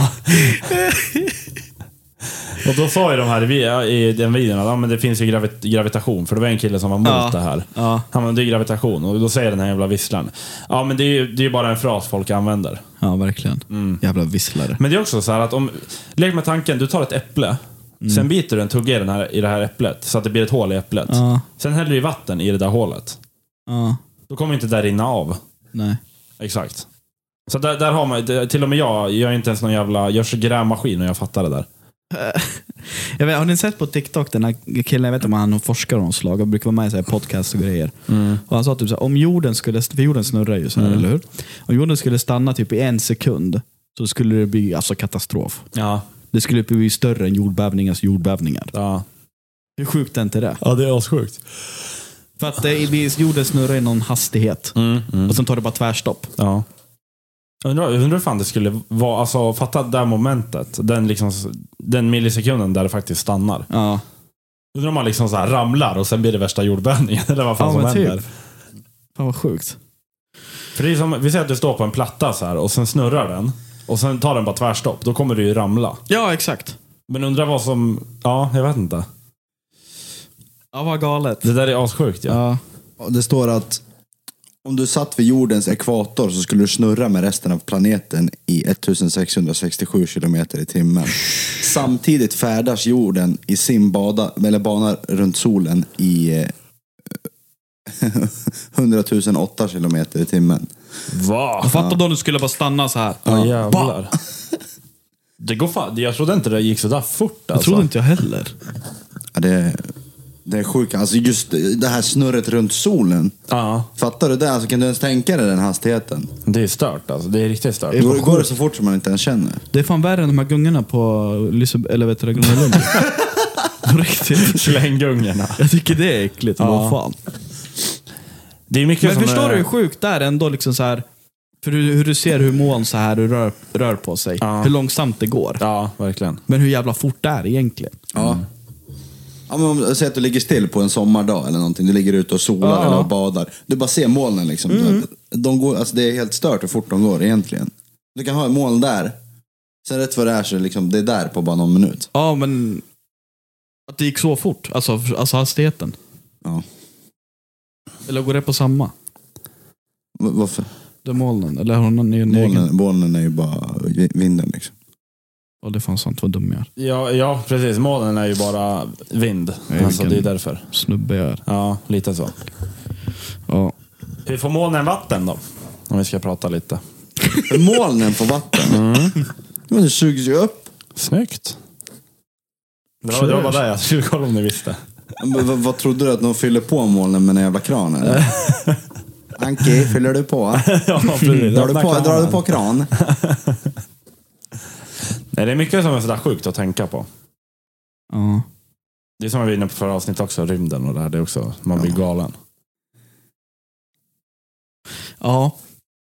Och då sa ju de här i den videon att ja, men det finns ju gravit- gravitation. För det var en kille som var mot ja. det här. Ja. Han bara, det är gravitation. Och då säger den här jävla visslan. Ja men det är ju det är bara en fras folk använder. Ja, verkligen. Mm. Jävla visslare. Men det är också så här att om, lägg med tanken, du tar ett äpple. Mm. Sen biter du en tugga i, den här, i det här äpplet. Så att det blir ett hål i äpplet. Ja. Sen häller du i vatten i det där hålet. Ja. Då kommer inte det där rinna av. Nej. Exakt. Så där, där har man, till och med jag, jag är inte ens någon jävla, jag kör grävmaskin och jag fattar det där. Jag vet, har ni sett på TikTok den här killen, jag vet inte om han forskar om någon slag, han brukar vara med i så här podcast och grejer. Mm. Och han sa typ så här, om jorden skulle, för jorden snurrar ju så här, mm. eller hur? Om jorden skulle stanna typ i en sekund så skulle det bli alltså katastrof. Ja. Det skulle bli större än jordbävningars jordbävningar. Ja. Hur sjukt är inte det? Ja, det är assjukt. För att det är, jorden snurrar i någon hastighet. Mm, mm. Och sen tar det bara tvärstopp. Ja. Jag undrar, jag undrar hur fan det skulle vara, alltså fatta det där momentet, den, liksom, den millisekunden där det faktiskt stannar. Ja. Undrar om man liksom så här ramlar och sen blir det värsta jordbävningen eller vad fan ja, som händer. Typ. Fan vad sjukt. För det är som, vi säger att du står på en platta så här och sen snurrar den. och sen tar den bara tvärstopp, då kommer du ju ramla. Ja, exakt. Men undrar vad som... Ja, jag vet inte. Ja, vad galet. Det där är assjukt, ja. Ja. Det står att om du satt vid jordens ekvator så skulle du snurra med resten av planeten i sextonhundrasextiosju kilometer i timmen. Samtidigt färdas jorden i sin bada, eller bana runt solen i eh, hundratusen åtta kilometer i timmen. Va? Jag fattar då du skulle bara stanna så här. Ja, jävlar. Det går fan. Jag trodde inte det gick så där fort. Jag alltså. trodde inte jag heller. Ja, det, det är sjukt. Alltså just det här snurret runt solen. Ja. Fattar du det? Alltså, kan du ens tänka dig den hastigheten? Det är stört alltså. Det är riktigt stört. Det går, går det så fort som man inte ens känner. Det är fan värre än de här gungorna på Lise, eller vet du, Gröna Lund. På riktigt. Slänggungarna. Jag tycker det är äckligt. Ja. Vad fan. Det är mycket Men som förstår är... du hur sjukt det är ändå liksom så här. För hur, hur du ser hur moln så här rör, rör på sig. Ja. Hur långsamt det går. Ja, verkligen. Men hur jävla fort det är egentligen. Ja. Ja, men om, säg att du ligger still på en sommardag eller någonting. Du ligger ute och solar Ja. eller och badar. Du bara ser molnen liksom. Mm. De går, alltså det är helt stört hur fort de går egentligen. Du kan ha en moln där. Sen rätt vad det är så liksom, det är där på bara någon minut. Ja, men att det gick så fort. Alltså, alltså hastigheten. Ja. Eller går det på samma? V- varför? Det är molnen. Eller har hon en egen? Molnen, molnen är ju bara vinden liksom. Ja, det fanns sånt. Vad dum jag är. Ja, ja, precis. Molnen är ju bara vind. Nej, Alltså, vilken- det är därför. Snubbe jag är. Ja, lite så. Ja. Hur får molnen vatten då? Om vi ska prata lite. Molnen på vatten. Mm. Men det sugs ju upp. Snyggt. Bra, det var där jag skulle kolla om ni visste. Men vad, vad trodde du att de fyller på molnen med en jävla kran eller? Anki, fyller du på? Ja, precis. Drar du på, drar du på kran? Nej, det är mycket som är sådär sjukt att tänka på. Ja. Det är som vi var inne på förra avsnitt också, rymden och det här. Det är också, man blir galen. Ja.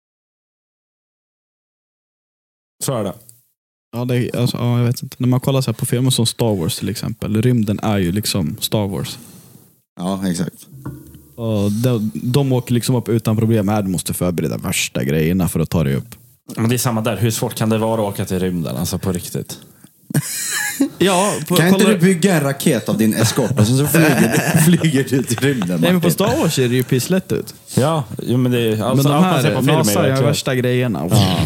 Så är det. Ja, det är, alltså, ja, jag vet inte. När man kollar så här på filmer som Star Wars till exempel. Rymden är ju liksom Star Wars. Ja, exakt. Och de, de åker liksom upp utan problem. Här, du måste förbereda värsta grejerna för att ta dig upp. Men det är samma där. Hur svårt kan det vara att åka till rymden? Alltså på riktigt. Ja, på, Kan inte kolla, du bygga en raket av din eskort och sen så flyger, flyger du till rymden? nej, men på Martin? Star Wars ser det ju pisslätt ut. Ja, jo, men det är... Alltså, Men de allt man ser här, på film är NASA gör verkligen... värsta grejerna.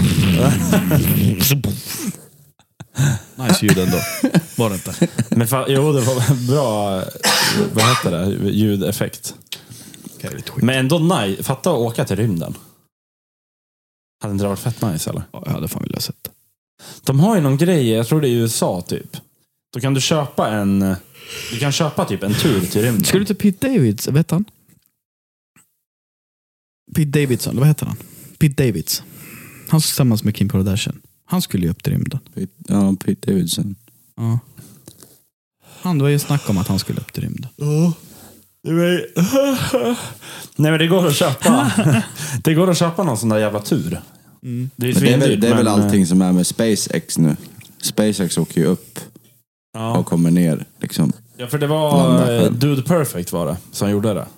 Nice ljud ändå. Var det inte? Men fa- jo, det var bra... Vad heter det? Ljudeffekt. Men ändå nej. Fatta att åka till rymden. Hade inte det varit fett nice, eller? Ja, jag hade fan velat sett det. De har ju någon grej, jag tror det är i U S A typ. Då kan du köpa en... Du kan köpa typ en tur till rymden. Ska du till Pete Davids, vet han? Pete Davidson, vad heter han? Pete Davids. Han tillsammans med Kim Kardashian. Han skulle ju upp till rymden. Ja, Pete Davidson. Ja. Han, det var ju snack om att han skulle upp till rymden. Ja. Nej, men det går att köpa. Det går att köpa någon sån där jävla tur. Mm. Det är, Men det är väl, det är väl men, allting som är med SpaceX nu. SpaceX åker ju upp Ja. och kommer ner liksom. Ja, för det var eh, Dude Perfect var det som gjorde det.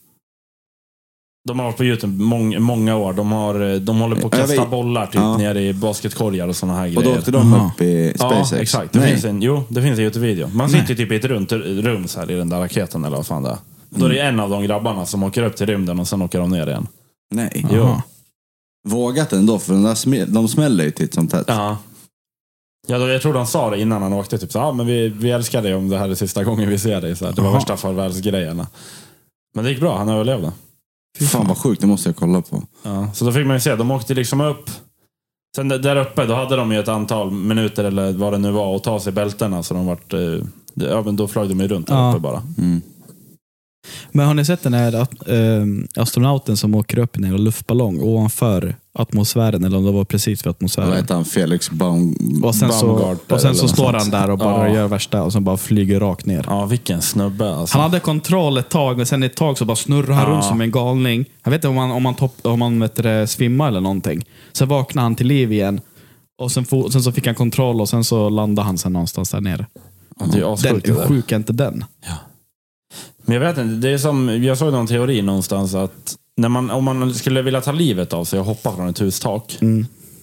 De har varit på YouTube många, många år. De, har, de håller på att Ja, jag kasta vet. bollar typ Ja. nere i basketkorgar och såna här Och grejer. då åkte de Aha. upp i SpaceX. Ja, exakt. Det Nej. finns en, jo, det finns en YouTube-video. Man Nej. sitter typ i ett runt rum så här i den där raketen eller vad fan det är. Då är det en av de grabbarna som åker upp till rymden och sen åker de ner igen. Nej. Jo. Aha. Vågat ändå, för den där sm- de smäller ju titt som tätt. Ja. Ja, då, jag tror de sa det innan han åkte. Typ så, ja, men vi, vi älskar dig om det här är sista gången vi ser dig. Så här, det var Aha. värsta farvälsgrejerna. Men det gick bra, han överlevde. Fan vad sjukt, det måste jag kolla på. Ja, så då fick man ju se, de åkte liksom upp. Sen där uppe, då hade de ju ett antal minuter eller vad det nu var att ta sig bältena. Så de vart, eh, ja, men då flög de ju runt där Ja. uppe bara. Mm. Men har ni sett den här att, eh, astronauten som åker upp i en luftballong ovanför atmosfären, eller om det var precis för Vad atmosfären? heter han? Felix Baum... Och sen så, Baumgartner och sen eller så något står sånt. han där och bara Ja. gör värsta och sen bara flyger rakt ner. Ja, vilken snubbe alltså. Han hade kontroll ett tag, men sen ett tag så bara snurrar han Ja. runt som en galning. Jag vet inte om han, om han, topp, om han vet det, svimmar eller någonting. Sen vaknade han till liv igen. Och sen, for, sen så fick han kontroll och sen så landade han sen någonstans där nere. Ja, det är Den, assjukt det hur där. sjuk är inte den? Men jag vet inte, det är som, jag såg någon teori någonstans att när man, om man skulle vilja ta livet av sig och hoppa från ett hustak Mm.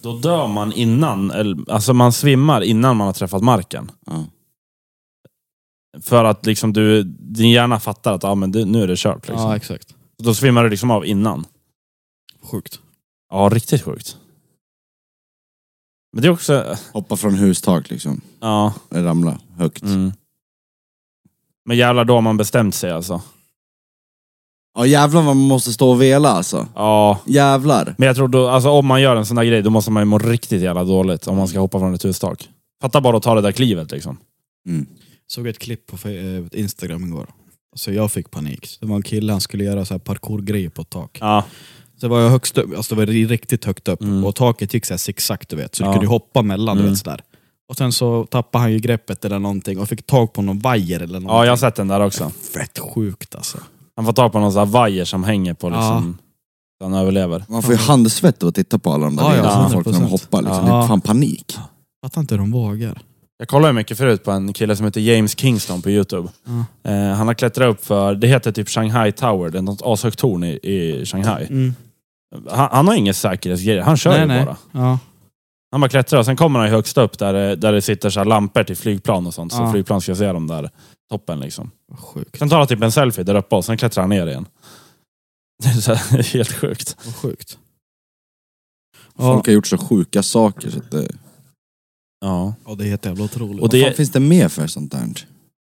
Då dör man innan, alltså man svimmar innan man har träffat marken. Ja. För att liksom du, din hjärna fattar att ah, men det, nu är det kört. Liksom. Ja, exakt. Då svimmar du liksom av innan. Sjukt. Ja, riktigt sjukt. Men det är också... Hoppa från hustak liksom. Ja. Ramla högt. Mm. Men jävlar, då har man bestämt sig alltså. Ja, jävlar vad man måste stå och vela alltså. Ja. Jävlar. Men jag tror då, alltså om man gör en sån där grej, då måste man ju må riktigt jävla dåligt om man ska hoppa från ett hustak. Fatta bara att ta det där klivet liksom. Mm. Såg ett klipp på Instagram igår. Så jag fick panik. Det var en kille, han skulle göra så här parkourgrejer på ett tak. Ja. Så det var högst upp, alltså det var riktigt högt upp. Mm. Och taket gick så här zigzag, du vet. Så ja. du kunde hoppa mellan, mm. du vet, sådär. Och sen så tappade han ju greppet eller någonting och fick tag på någon vajer eller någonting. Ja, jag har sett den där också. Fett sjukt alltså. Han får tag på någon sån här vajer som hänger på liksom, ja. Så han överlever. Man får ju handsvett att titta på alla de där ja, ja, ja, folk när de hoppar liksom. Ja. Det är fan panik. Fattar inte hur de vågar. Jag kollade mycket förut på en kille som heter James Kingston på YouTube. Mm. Eh, han har klättrat upp för, det heter typ Shanghai Tower, det är något ashögt torn i, i Shanghai. Mm. Han, han har ingen säkerhetsgrej, han kör nej, ju nej. bara. Ja. Han bara klättrar och sen kommer han högst upp där, där det sitter så här lampor till flygplan och sånt. Så ja. flygplan ska se dem där toppen liksom. Sjukt. Sen tar han typ en selfie där uppe och sen klättrar han ner igen. Det är så här, helt sjukt. Vad sjukt. Folk har gjort så sjuka saker så att det... Ja. Ja, det är helt jävla otroligt. Och det... Vad fan finns det mer för sånt där?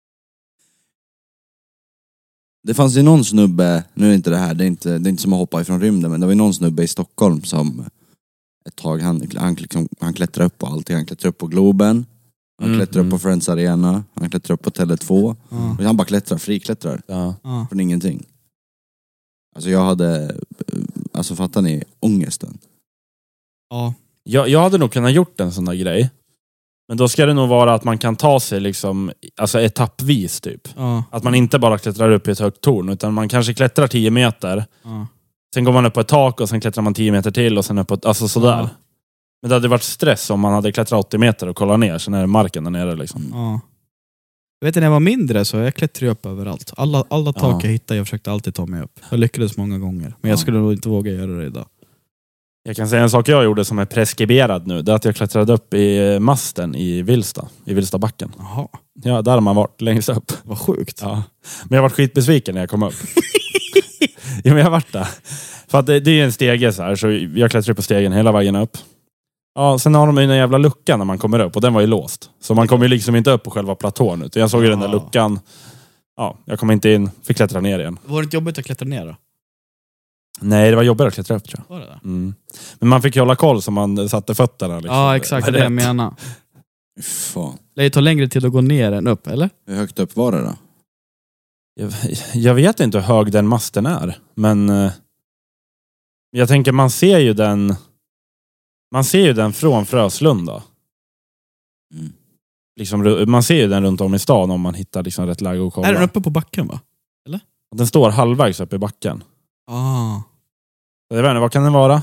Det fanns ju någon snubbe, nu är inte det här, det är inte, det är inte som att hoppa ifrån rymden, men det var ju någon snubbe i Stockholm som ett tag, han, han, liksom, han klättrade upp på allting. Han klättrade upp på Globen, han mm, klättrade mm. upp på Friends Arena, han klättrade upp på Tele två. Ja. Och han bara klättrar, friklättrar. Ja. Ja. Från ingenting. Alltså jag hade, alltså fattar ni, ångesten. Ja. Jag, jag hade nog kunnat gjort en sån där grej. Men då ska det nog vara att man kan ta sig liksom, alltså etappvis typ. Ja. Att man inte bara klättrar upp i ett högt torn, utan man kanske klättrar tio meter. Ja. Sen går man upp på ett tak och sen klättrar man tio meter till och sen upp på ett, alltså sådär. Ja. Men det hade varit stress om man hade klättrat åttio meter och kollat ner, sen är det marken där nere liksom. Ja. Jag vet när jag var mindre så jag klättrade upp överallt. Alla, alla tak Ja. jag hittade, jag försökte alltid ta mig upp. Jag lyckades många gånger. Men jag Ja. skulle nog inte våga göra det idag. Jag kan säga en sak jag gjorde som är preskriberad nu. Det är att jag klättrade upp i masten i Vilsta. I Vilstabacken. Jaha, Ja, där har man varit längst upp. vad sjukt. Ja. Men jag var skitbesviken när jag kom upp. Ja, men jag har varit där. För att det, det är en stege så här. Så jag klättrade på stegen hela vägen upp. Ja, sen har de ju en jävla lucka när man kommer upp. Och den var ju låst. Så man kom ju liksom inte upp på själva platån. Utan jag såg ju den där Ja. luckan. Ja, jag kom inte in. Fick klättra ner igen. Var det inte jobbigt att klättra ner då? Nej, det var jobbigare att klättra upp tror jag. Var det det? Mm. Men man fick ju hålla koll så man satte fötterna. Liksom. Ja, exakt. Det är det jag Rätt. menar. Fan. Det tar längre tid att gå ner än upp, eller? Hur högt upp var det då? Jag, jag vet inte hur hög den masten är. Men eh, jag tänker man ser ju den man ser ju den från Fröslunda. Mm. Liksom, man ser ju den runt om i stan om man hittar liksom rätt läge att kolla. Är den uppe på backen, va? Den står halvvägs upp i backen. Ah. Jag vet inte, vad kan den vara?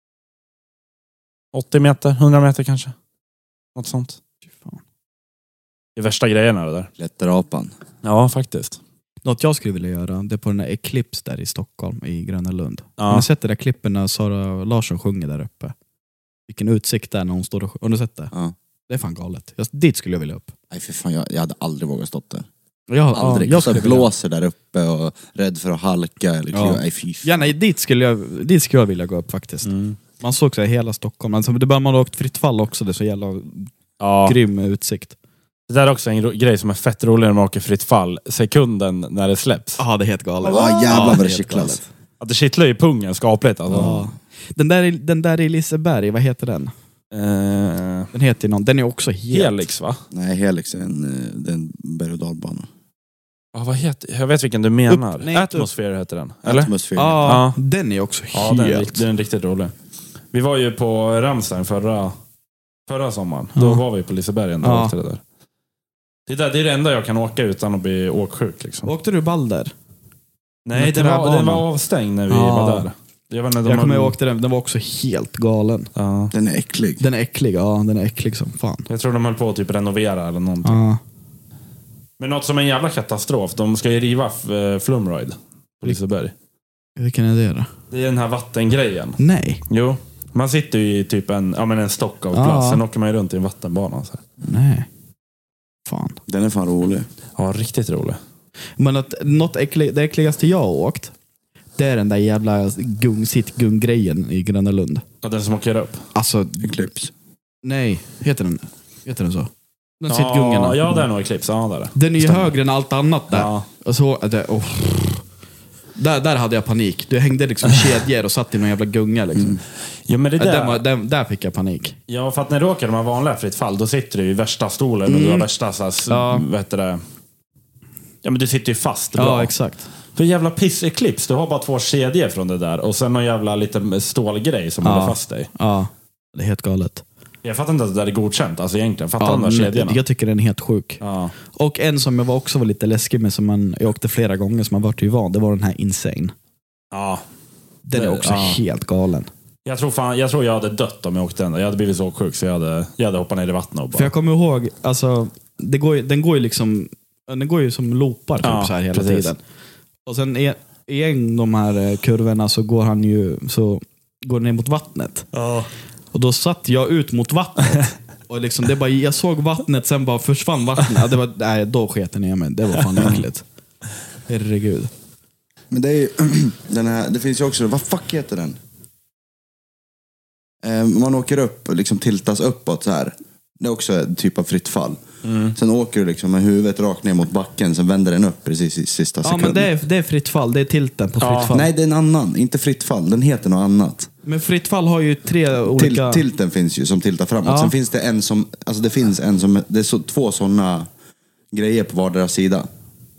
åttio meter, hundra meter kanske. Något sånt. Fan. Det är värsta grejerna det där. Klätterapan. Ja, faktiskt. Något jag skulle vilja göra, det är på den här Eclipse där i Stockholm, i Gröna Lund. Ja. Har ni sett det där klippen när Sara Larsson sjunger där uppe? Vilken utsikt där när hon står och sjunger. Har ni sett det? Ja. Det är fan galet. Jag, dit skulle jag vilja upp. Nej för fan, jag, jag hade aldrig vågat stått där. Jag, Aldrig. Ja, jag Jag skulle så blåser där uppe och rädd för att halka eller kliva. Ja. Nej fy fan. Ja, nej, dit skulle jag, dit skulle jag vilja gå upp faktiskt. Mm. Man såg så här hela Stockholm. Alltså, det bör man ha åkt fritt fall också. Det är så jävla Ja. grym utsikt. Det där är också en ro- grej som är fett rolig när man åker fritt fall. Sekunden när det släpps. Ja, det är helt galet. Ja, jävlar Ja, vad det är helt kittlas. galet. Att det kittlar i pungen skapligt. Alltså. Ja. Den där, i- den där i Liseberg, vad heter den? Eh, Den heter någon. Den är också helt... Helix va? Nej, Helix är en, eh, det är en berg- och dalbana. Ja, vad heter, jag vet vilken du menar. Upp- nej, inte Atmosfär heter den. Eller? Atmosfär. Ja, Ja. den är också Ja, helt... den är, den är riktigt rolig. Vi var ju på Ramstein förra, förra sommaren. Ja. Då var vi på Lisebergen. Då Ja. åkte det, där. Det, där, det är det enda jag kan åka utan att bli åksjuk. Liksom. Åkte du Balder? Nej, med den var, träbanan? den var avstängd när vi Ja. var där. Jag, vet inte, de Jag kommer hade- ihåg den, den var också helt galen. Ja. Den är äcklig. Den är äcklig, ja, den är äcklig som fan. Jag tror de höll på att typ renovera eller någonting. Ja. Men något som är en jävla katastrof. De ska ju riva uh, Flumride på Liseberg. Vilken är det då? Det är den här vattengrejen. Nej. Jo. Man sitter ju i typ en, ja, men en stock av plast. Ja. Sen åker man ju runt i en vattenbana. Så här. Nej. Fan. Den är fan rolig. Ja, riktigt rolig. Men att, något äcklig, det äckligaste jag har åkt, det är den där jävla gung, sitt-gung-grejen i Gröna Lund. Ja, den som åker upp. Alltså, Eclipse. Nej, heter den, heter den så? Den ja, sitt-gungarna. Ja, det är nog Eclipse. Ja, där. Den är ju Stämmer. högre än allt annat där. Ja. Och så, det, oh. där, där hade jag panik. Du hängde liksom kedjor och satt i någon jävla gunga liksom. Mm. Ja, men det där... Där, där, där fick jag panik. Ja, för att när du åker de här vanliga fritt fall, då sitter du i värsta stolen mm. och du har värsta så här, ja. vet du det. Ja, men du sitter ju fast. Bra. Ja, exakt. För jävla piss-Eclipse, du har bara två kedjor från det där och sen någon jävla lite stålgrej som ja. håller fast dig. Ja, det är helt galet. Jag fattar inte att det där är godkänt, alltså egentligen. Fattar ja, de där kedjorna? Jag tycker den är helt sjuk. Ja. Och en som jag var också var lite läskig med, som man, jag åkte flera gånger, som man varit ju van, det var den här Insane. Ja. Den är också ja. helt galen. Jag tror, fan, jag tror jag hade dött om jag åkte den där. Jag hade blivit så sjuk så jag hade, jag hade hoppat ner i vattnet och bara... För jag kommer ihåg, alltså, det går, den går ju liksom, den går ju som loopar typ ja, så här hela precis. tiden. Och sen i, i en de här kurvorna så går han ju, så går ner mot vattnet. Ja. Och då satt jag ut mot vattnet. Och liksom, det bara, jag såg vattnet, sen bara försvann vattnet. Det var, nej, då sket jag ner mig. Det var fan äckligt. Herregud. Men det är ju, den här, det finns ju också, vad fuck heter den? Eh, man åker upp och liksom tiltas uppåt så här. Det är också en typ av fritt fall. Mm. Sen åker du liksom med huvudet rakt ner mot backen, sen vänder den upp precis i sista sekunden. Ja, men det är, det är fritt fall, det är tilten på ja. fritt fall. Nej, det är en annan, inte fritt fall, den heter något annat. Men fritt fall har ju tre olika... Til, tilten finns ju som tiltar framåt. Ja. Sen finns det en som, alltså det finns en som, det är så, två sådana grejer på vardera sida.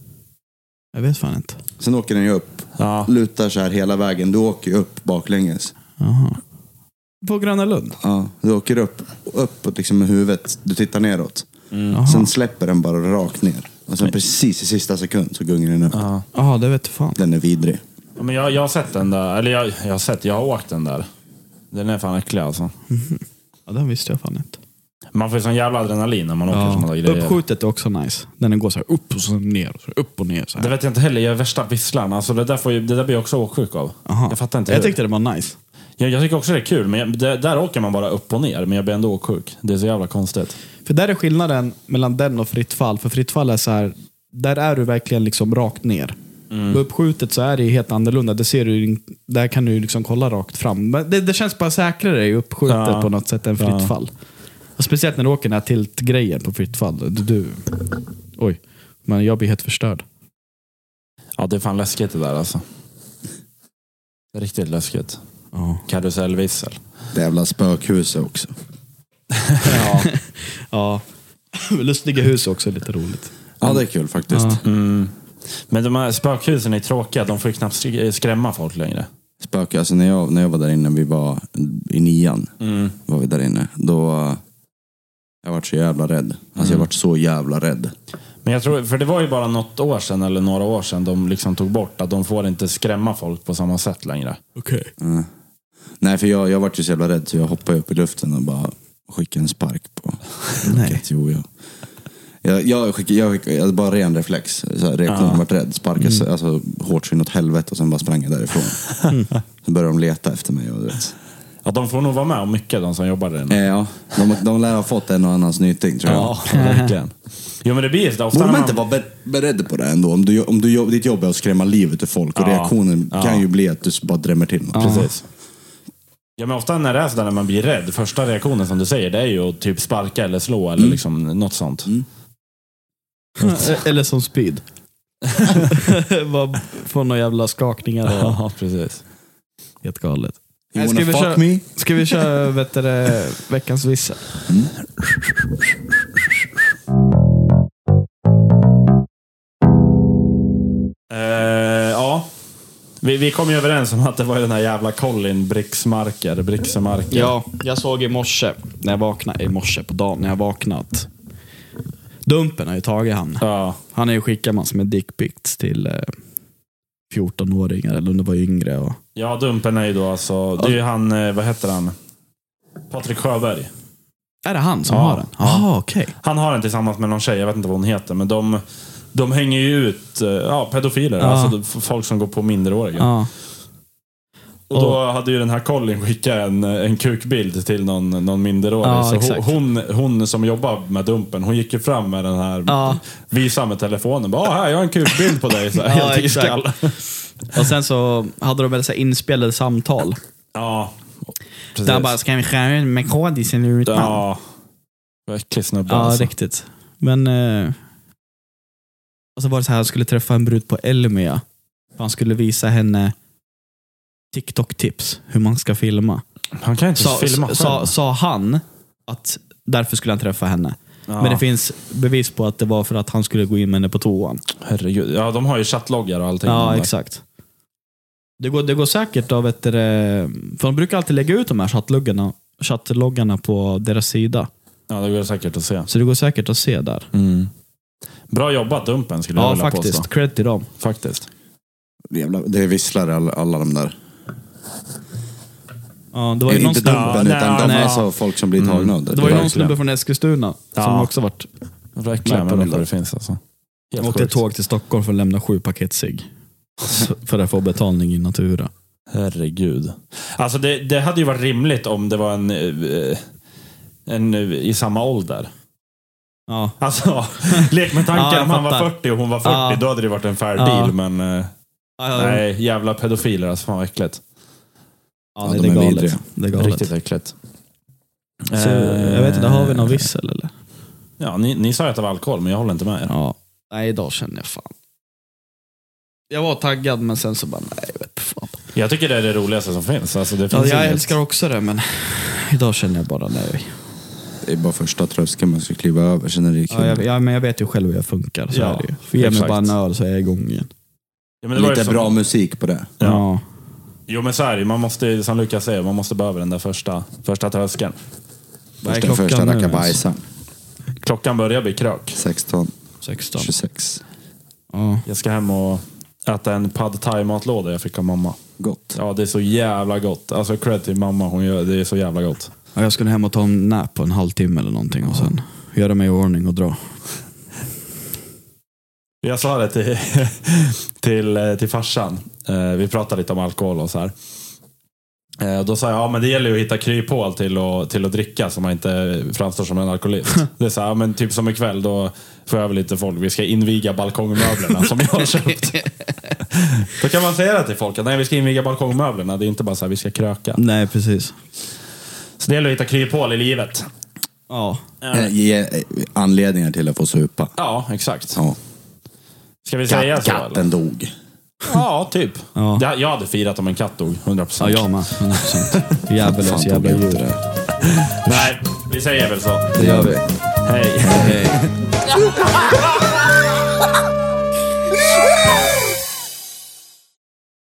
Jag vet fan inte. Sen åker den ju upp, ja. lutar så här hela vägen, du åker ju upp baklänges. Aha. På Gröna Lund? Ja, du åker upp, upp liksom med huvudet, du tittar neråt. Mm. Sen släpper den bara rakt ner. Och sen precis i sista sekund så gungar den upp. Ja, ah, det vet du fan. Den är vidrig. Ja, men jag, jag har sett den där, eller jag, jag har sett, jag har åkt den där. Den är fan äcklig alltså. Mm-hmm. Ja, den visste jag fan inte. Man får ju sån jävla adrenalin när man åker ja. såna grejer. Uppskjutet är också nice. Den går så här upp och så ner och så upp och ner så här. Det vet jag inte heller, jag är värsta visslan. Alltså det där, får ju, det där blir jag också åksjuk av. Aha. Jag fattar inte. Jag tyckte det var nice. Jag, jag tycker också det är kul, men jag, det, där åker man bara upp och ner. Men jag blir ändå åksjuk. Det är så jävla konstigt. För där är skillnaden mellan den och fritt fall. För fritt fall är så här, där är du verkligen liksom rakt ner. Mm. På uppskjutet så är det helt annorlunda. Det ser du, där kan du liksom kolla rakt fram. Men det, det känns bara säkrare i uppskjutet ja. på något sätt än fritt ja. fall. Och speciellt när du åker den här tiltgrejen på fritt fall. Du, du, oj, men jag blir helt förstörd. Ja, det är fan läskigt det där alltså. Det är riktigt läskigt. Ja. Karusellvissel. Det jävla spökhuset också. ja. ja. Lustiga hus också är lite roligt. Ja, det är kul faktiskt. Ja. Mm. Men de här spökhusen är tråkiga. De får ju knappt skrämma folk längre. Spök, alltså när jag, när jag var där inne, vi var i nian, mm. var vi där inne. Då jag varit så jävla rädd. Alltså mm. jag varit så jävla rädd. Men jag tror, för det var ju bara något år sedan eller några år sedan de liksom tog bort att de får inte skrämma folk på samma sätt längre. Okej. Okay. Mm. Nej, för jag, jag varit ju så jävla rädd så jag hoppade upp i luften och bara skickade en spark på. Nej. Jo, jag. Jag, jag, skickade, jag, skickade, jag hade bara ren reflex. Så reaktionen ja. varit rädd. Sparkade mm. alltså, hårt så inåt helvete och sen bara sprang jag därifrån. Mm. Så började de leta efter mig. Och, vet. Ja, de får nog vara med om mycket, de som jobbar där. Eh, ja, de, de lär ha fått en och annan snyting, tror jag. Ja, verkligen. Jo, men det blir så ofta. Borde man inte vara be- beredd på det ändå? Om, du, om du, ditt jobb är att skrämma livet ur folk. Och ja. reaktionen ja. kan ju bli att du bara drämmer till något. Ja. Precis. Ja, men ofta när det är sådär, när man blir rädd, första reaktionen som du säger, det är ju att typ sparka eller slå eller mm. liksom något sånt. Mm. Eller som speed. Få några jävla skakningar. Och... Ja, precis. Helt galet. You wanna ska, vi fuck köra, me? ska vi köra vet du, veckans vissa? Mm. Uh, ja. Vi, vi kom ju överens om att det var den här jävla Colin Brixmarker, Brixmarker. Ja, jag såg i morse, när jag vaknade, i morse på dagen när jag vaknat. Dumpen har ju tagit han. Ja. Han är ju skickat massor med dickpics till eh, fjorton-åringar, eller om det var yngre. Och... Ja, Dumpen är ju då alltså, det är ju han, eh, vad heter han? Patrik Sjöberg. Är det han som ja. har den? Ja, ah, okej. Okay. Han har den tillsammans med någon tjej, jag vet inte vad hon heter, men de... De hänger ju ut ja, pedofiler, ja. Alltså folk som går på minderåriga. Ja. Och då hade ju den här Colin skickat en, en kukbild till någon, någon minderårig. Ja, så hon, hon som jobbar med Dumpen, hon gick ju fram med den här, ja. visade med telefonen. Bara, här, jag har en kukbild på dig. Så här, ja, helt iskall. Och sen så hade de väl så här inspelade samtal. Ja, precis. Där bara, ska vi skära med kodisen ut? Ja, äcklig snubbe. Ja, alltså. riktigt. Men... Eh... Och så var det så här, han skulle träffa en brud på Elmia. Han skulle visa henne TikTok-tips, hur man ska filma. Han kan inte sa, filma sa, sa han att därför skulle han träffa henne. Ja. Men det finns bevis på att det var för att han skulle gå in med henne på toan. Herregud. Ja, de har ju chattloggar och allting. Ja, exakt. Det går, det går säkert av ett... För de brukar alltid lägga ut de här chattloggarna, chattloggarna på deras sida. Ja, det går säkert att se. Så det går säkert att se där. Mm. Bra jobbat Dumpen, skulle jag ja, vilja faktiskt. påstå. Cred till dem. Faktiskt. Jävla, det visslar alla, alla de där. Ja, det var ju någon inte snubbe, Dumpen, utan nej, de nej. alltså folk som blir tagna mm. av det. Det var ju någon verkligen. snubbe från Eskilstuna Ja. som också varit Verkligen med på människor det. det finns alltså. Helt åkte sjukt. tåg till Stockholm för att lämna sju paket cigg. För att få betalning i natura. Herregud. Alltså det, det hade ju varit rimligt om det var en, en i samma ålder. Ja. Alltså, lek med tanken Ja, om han var fattar. fyrtio och hon var fyrtio, Ja. då hade det varit en fair Ja. deal, men Ja, ja, nej, jävla pedofiler, alltså fan vad äckligt. Ja, Ja, det, de det är är galet. vidriga. Det är galet. Riktigt äckligt. Så, jag vet inte, har vi någon vissel eller? Ja, ni, ni sa att det var alkohol, men jag håller inte med er. Ja. Nej, idag känner jag fan. Jag var taggad, men sen så bara, nej, jag vet fan. Jag tycker det är det roligaste som finns. Alltså, det Ja, finns jag inget- älskar också det, men idag känner jag bara nej. Det är bara första tröskeln man ska kliva över, sen är det kul. Ja, jag, ja, men jag vet ju själv hur jag funkar, så Ja, är det ju. För ge mig exakt. bara en öl så är jag igång igen. Ja, men det var ju Lite som- bra musik på det. Ja. Ja. Jo, men så är det. Man måste, som Lukas säger, man måste behöva den där första, första tröskeln. Vad är Första, klockan första nu, rackabajsan. Klockan börjar bli krök. sexton, sexton. tjugosex. Ja. Jag ska hem och äta en pad thai matlåda jag fick av mamma. Gott. Ja, det är så jävla gott. Alltså cred till mamma, hon gör, det är så jävla gott. Ja, jag skulle hem och ta en nap på en halvtimme eller någonting och sen göra mig i ordning och dra. Jag sa det till, till, till farsan. Eh, vi pratade lite om alkohol och så här. Eh, då sa jag, ja men det gäller ju att hitta kryphål till att, till att dricka så man inte framstår som en alkoholist. Det är så här, ja, men typ som ikväll då får jag väl lite folk, vi ska inviga balkongmöblerna som jag har köpt. Då kan man säga det till folk, att nej vi ska inviga balkongmöblerna, det är inte bara så här vi ska kröka. Nej, precis. Så det gäller att hitta kryphål i livet. Ja. Eh, Ge eh, anledningar till att få supa. Ja, exakt. Ja. Ska vi säga Katt, så? katten eller? dog. Ja, typ. Ja. Jag, jag hade firat om en katt dog, hundra Ja, procent. jag med. hundra procent. Djävulös Fan, jävla tog jag inte djur. det. Nej, vi säger väl så. Det gör vi. Hej. Hej.